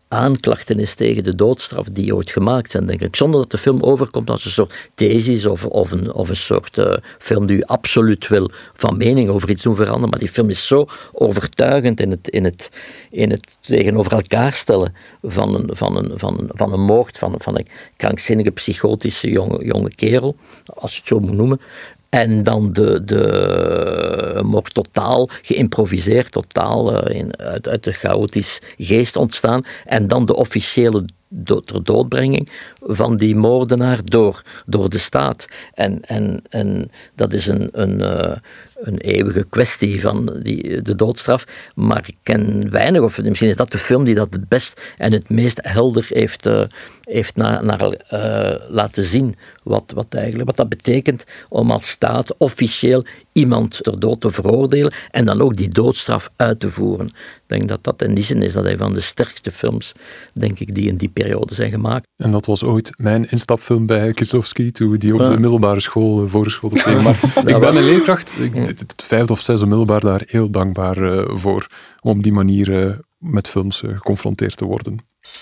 aanklachten is tegen de doodstraf die ooit gemaakt zijn, denk ik. Zonder dat de film overkomt als een soort thesis of, of, een, of een soort uh, film die u absoluut wil van mening over iets doen veranderen. Maar die film is zo overtuigend in het, in het, in het tegenover elkaar stellen van een, van een, van een, van een moord van, van een krankzinnige, psychotische jonge, jonge kerel, als je het zo moet noemen. En dan de, de moord totaal geïmproviseerd, totaal uh, in, uit, uit de chaotisch geest ontstaan. En dan de officiële do- ter doodbrenging van die moordenaar door, door de staat. En, en, en dat is een, een, uh, een eeuwige kwestie van die, de doodstraf. Maar ik ken weinig, of misschien is dat de film die dat het best en het meest helder heeft, uh, heeft naar, naar, uh, laten zien. Wat, wat, eigenlijk, wat dat betekent om als staat officieel iemand ter dood te veroordelen en dan ook die doodstraf uit te voeren. Ik denk dat dat in die zin is dat een van de sterkste films, denk ik, die in die periode zijn gemaakt. En dat was ooit mijn instapfilm bij Kieslowski, toen we die op de ja. middelbare school uh, voorgeschoteld kregen. Maar ik ben een leerkracht, ik, ja. het vijfde of zesde middelbaar, daar heel dankbaar uh, voor, om op die manier uh, met films uh, geconfronteerd te worden.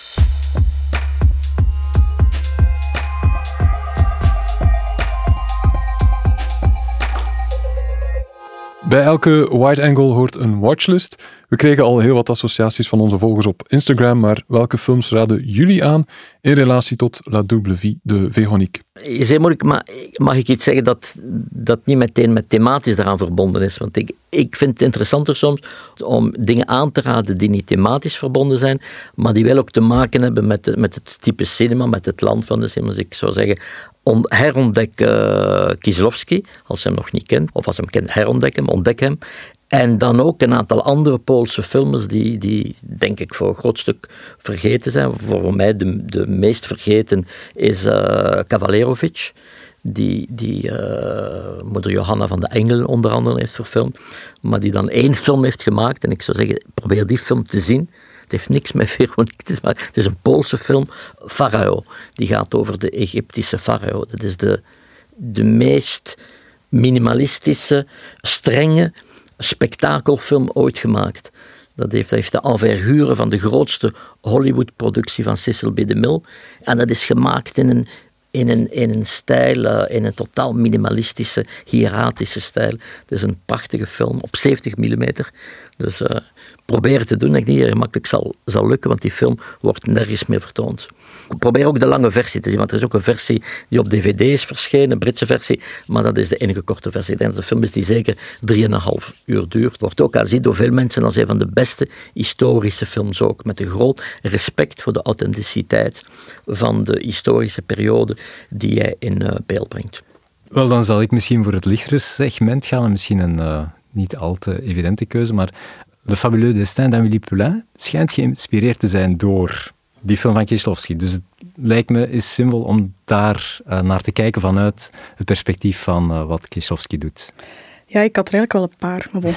Bij elke wide angle hoort een watchlist. We kregen al heel wat associaties van onze volgers op Instagram, maar welke films raden jullie aan in relatie tot La Double Vie de Véronique? Is heel moeilijk, maar mag ik iets zeggen dat, dat niet meteen met thematisch daaraan verbonden is? Want ik, ik vind het interessanter soms om dingen aan te raden die niet thematisch verbonden zijn, maar die wel ook te maken hebben met, de, met het type cinema, met het land van de cinema. Dus ik zou zeggen, on, herontdek uh, Kieslowski, als je hem nog niet kent, of als je hem kent, herontdek hem, ontdek hem. En dan ook een aantal andere Poolse films die, die denk ik voor een groot stuk vergeten zijn. Voor mij de, de meest vergeten is uh, Kawalerowicz, die, die uh, moeder Johanna van de Engelen onder andere heeft verfilmd, maar die dan één film heeft gemaakt. En ik zou zeggen, probeer die film te zien. Het heeft niks met Véronique te maken. Het is een Poolse film, Farao. Die gaat over de Egyptische farao. Dat is de, de meest minimalistische, strenge spektakelfilm ooit gemaakt. Dat heeft, dat heeft de envergure van de grootste Hollywood-productie van Cecil B. DeMille. En dat is gemaakt in een, in een, in een stijl, in een totaal minimalistische, hieratische stijl. Het is een prachtige film op zeventig millimeter. Dus uh, probeer het te doen. Ik denk niet heel gemakkelijk zal, zal lukken, want die film wordt nergens meer vertoond. Probeer ook de lange versie te zien, want er is ook een versie die op D V D is verschenen, een Britse versie, maar dat is de enige korte versie. Ik denk dat de film is die zeker drieënhalf uur duurt. Wordt ook aanzien door veel mensen als een van de beste historische films ook, met een groot respect voor de authenticiteit van de historische periode die hij in uh, beeld brengt. Wel, dan zal ik misschien voor het lichtere segment gaan en misschien een uh, niet al te evidente keuze, maar Le Fabuleux Destin d'Amélie Poulain schijnt geïnspireerd te zijn door die film van Kieslowski. Dus het lijkt me is zinvol om daar uh, naar te kijken vanuit het perspectief van uh, wat Kieslowski doet. Ja, ik had er eigenlijk wel een paar, maar bon.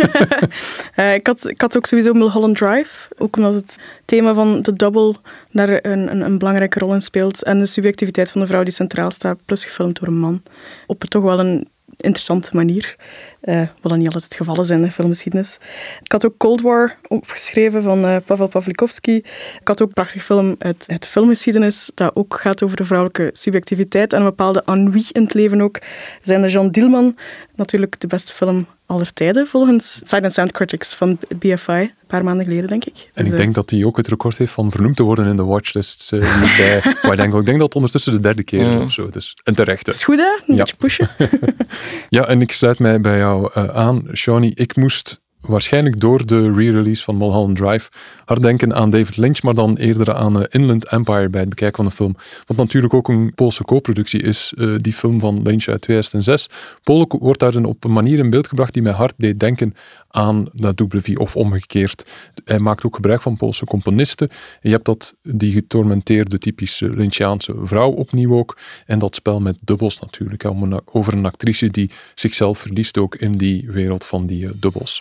uh, ik, had, ik had ook sowieso Mulholland Drive, ook omdat het thema van de double daar een, een, een belangrijke rol in speelt en de subjectiviteit van de vrouw die centraal staat, plus gefilmd door een man. Op toch wel een interessante manier. Uh, wat dan niet altijd het geval is in de filmgeschiedenis. Ik had ook Cold War opgeschreven van uh, Pavel Pawlikowski. Ik had ook een prachtig film uit het filmgeschiedenis dat ook gaat over de vrouwelijke subjectiviteit en een bepaalde ennui in het leven ook. Zijn de Jean Dielman, natuurlijk de beste film aller tijden volgens Sight and Sound Critics van B F I, een paar maanden geleden denk ik. En dus, ik denk dat hij ook het record heeft van vernoemd te worden in de watchlists uh, bij Wide Angle. Ik denk dat het ondertussen de derde keer is of zo. Dus, en terecht. Is goed hè? Een ja. beetje pushen. Ja, en ik sluit mij bij jou uh, aan, Shawnee. Ik moest waarschijnlijk door de re-release van Mulholland Drive hard denken aan David Lynch, maar dan eerder aan uh, Inland Empire bij het bekijken van de film. Wat natuurlijk ook een Poolse co-productie is, uh, die film van Lynch uit tweeduizend zes. Polen wordt daarin op een manier in beeld gebracht die mij hard deed denken aan La Double Vie, of omgekeerd. Hij maakt ook gebruik van Poolse componisten. Je hebt dat, die getormenteerde typische Lynchiaanse vrouw opnieuw ook. En dat spel met dubbels natuurlijk, hè, om een, over een actrice die zichzelf verliest ook in die wereld van die uh, dubbels.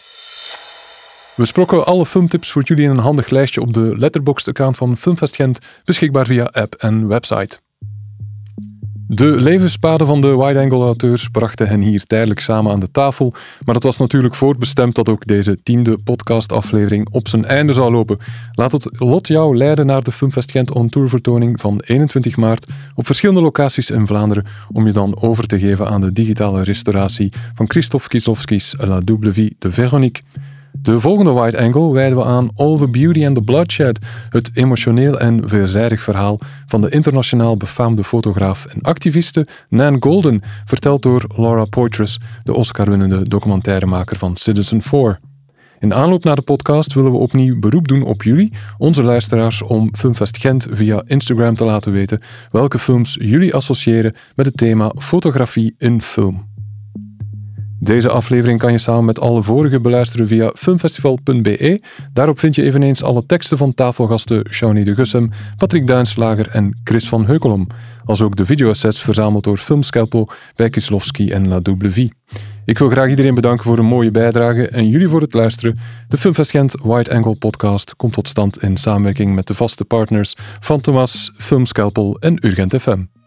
We sprokken alle filmtips voor jullie in een handig lijstje op de Letterboxd-account van Filmfest Gent, beschikbaar via app en website. De levenspaden van de wide-angle-auteurs brachten hen hier tijdelijk samen aan de tafel, maar het was natuurlijk voorbestemd dat ook deze tiende podcastaflevering op zijn einde zou lopen. Laat het lot jou leiden naar de Filmfest Gent On Tour vertoning van eenentwintig maart op verschillende locaties in Vlaanderen, om je dan over te geven aan de digitale restauratie van Krzysztof Kieslowski's La Double Vie de Véronique. De volgende Wide Angle wijden we aan All the Beauty and the Bloodshed, het emotioneel en veelzijdig verhaal van de internationaal befaamde fotograaf en activiste Nan Goldin, verteld door Laura Poitras, de Oscar-winnende documentairemaker van Citizen four. In aanloop naar de podcast willen we opnieuw beroep doen op jullie, onze luisteraars, om Filmfest Gent via Instagram te laten weten welke films jullie associëren met het thema fotografie in film. Deze aflevering kan je samen met alle vorige beluisteren via filmfestival punt b e. Daarop vind je eveneens alle teksten van tafelgasten Shawnee de Gussem, Patrick Duinslager en Chris van Heukelom, als ook de videoassets verzameld door Filmscalpel bij Kieslowski en La Double Vie. Ik wil graag iedereen bedanken voor een mooie bijdrage en jullie voor het luisteren. De Filmfest Gent Wide Angle podcast komt tot stand in samenwerking met de vaste partners Fantomas, Filmscalpel en Urgent F M.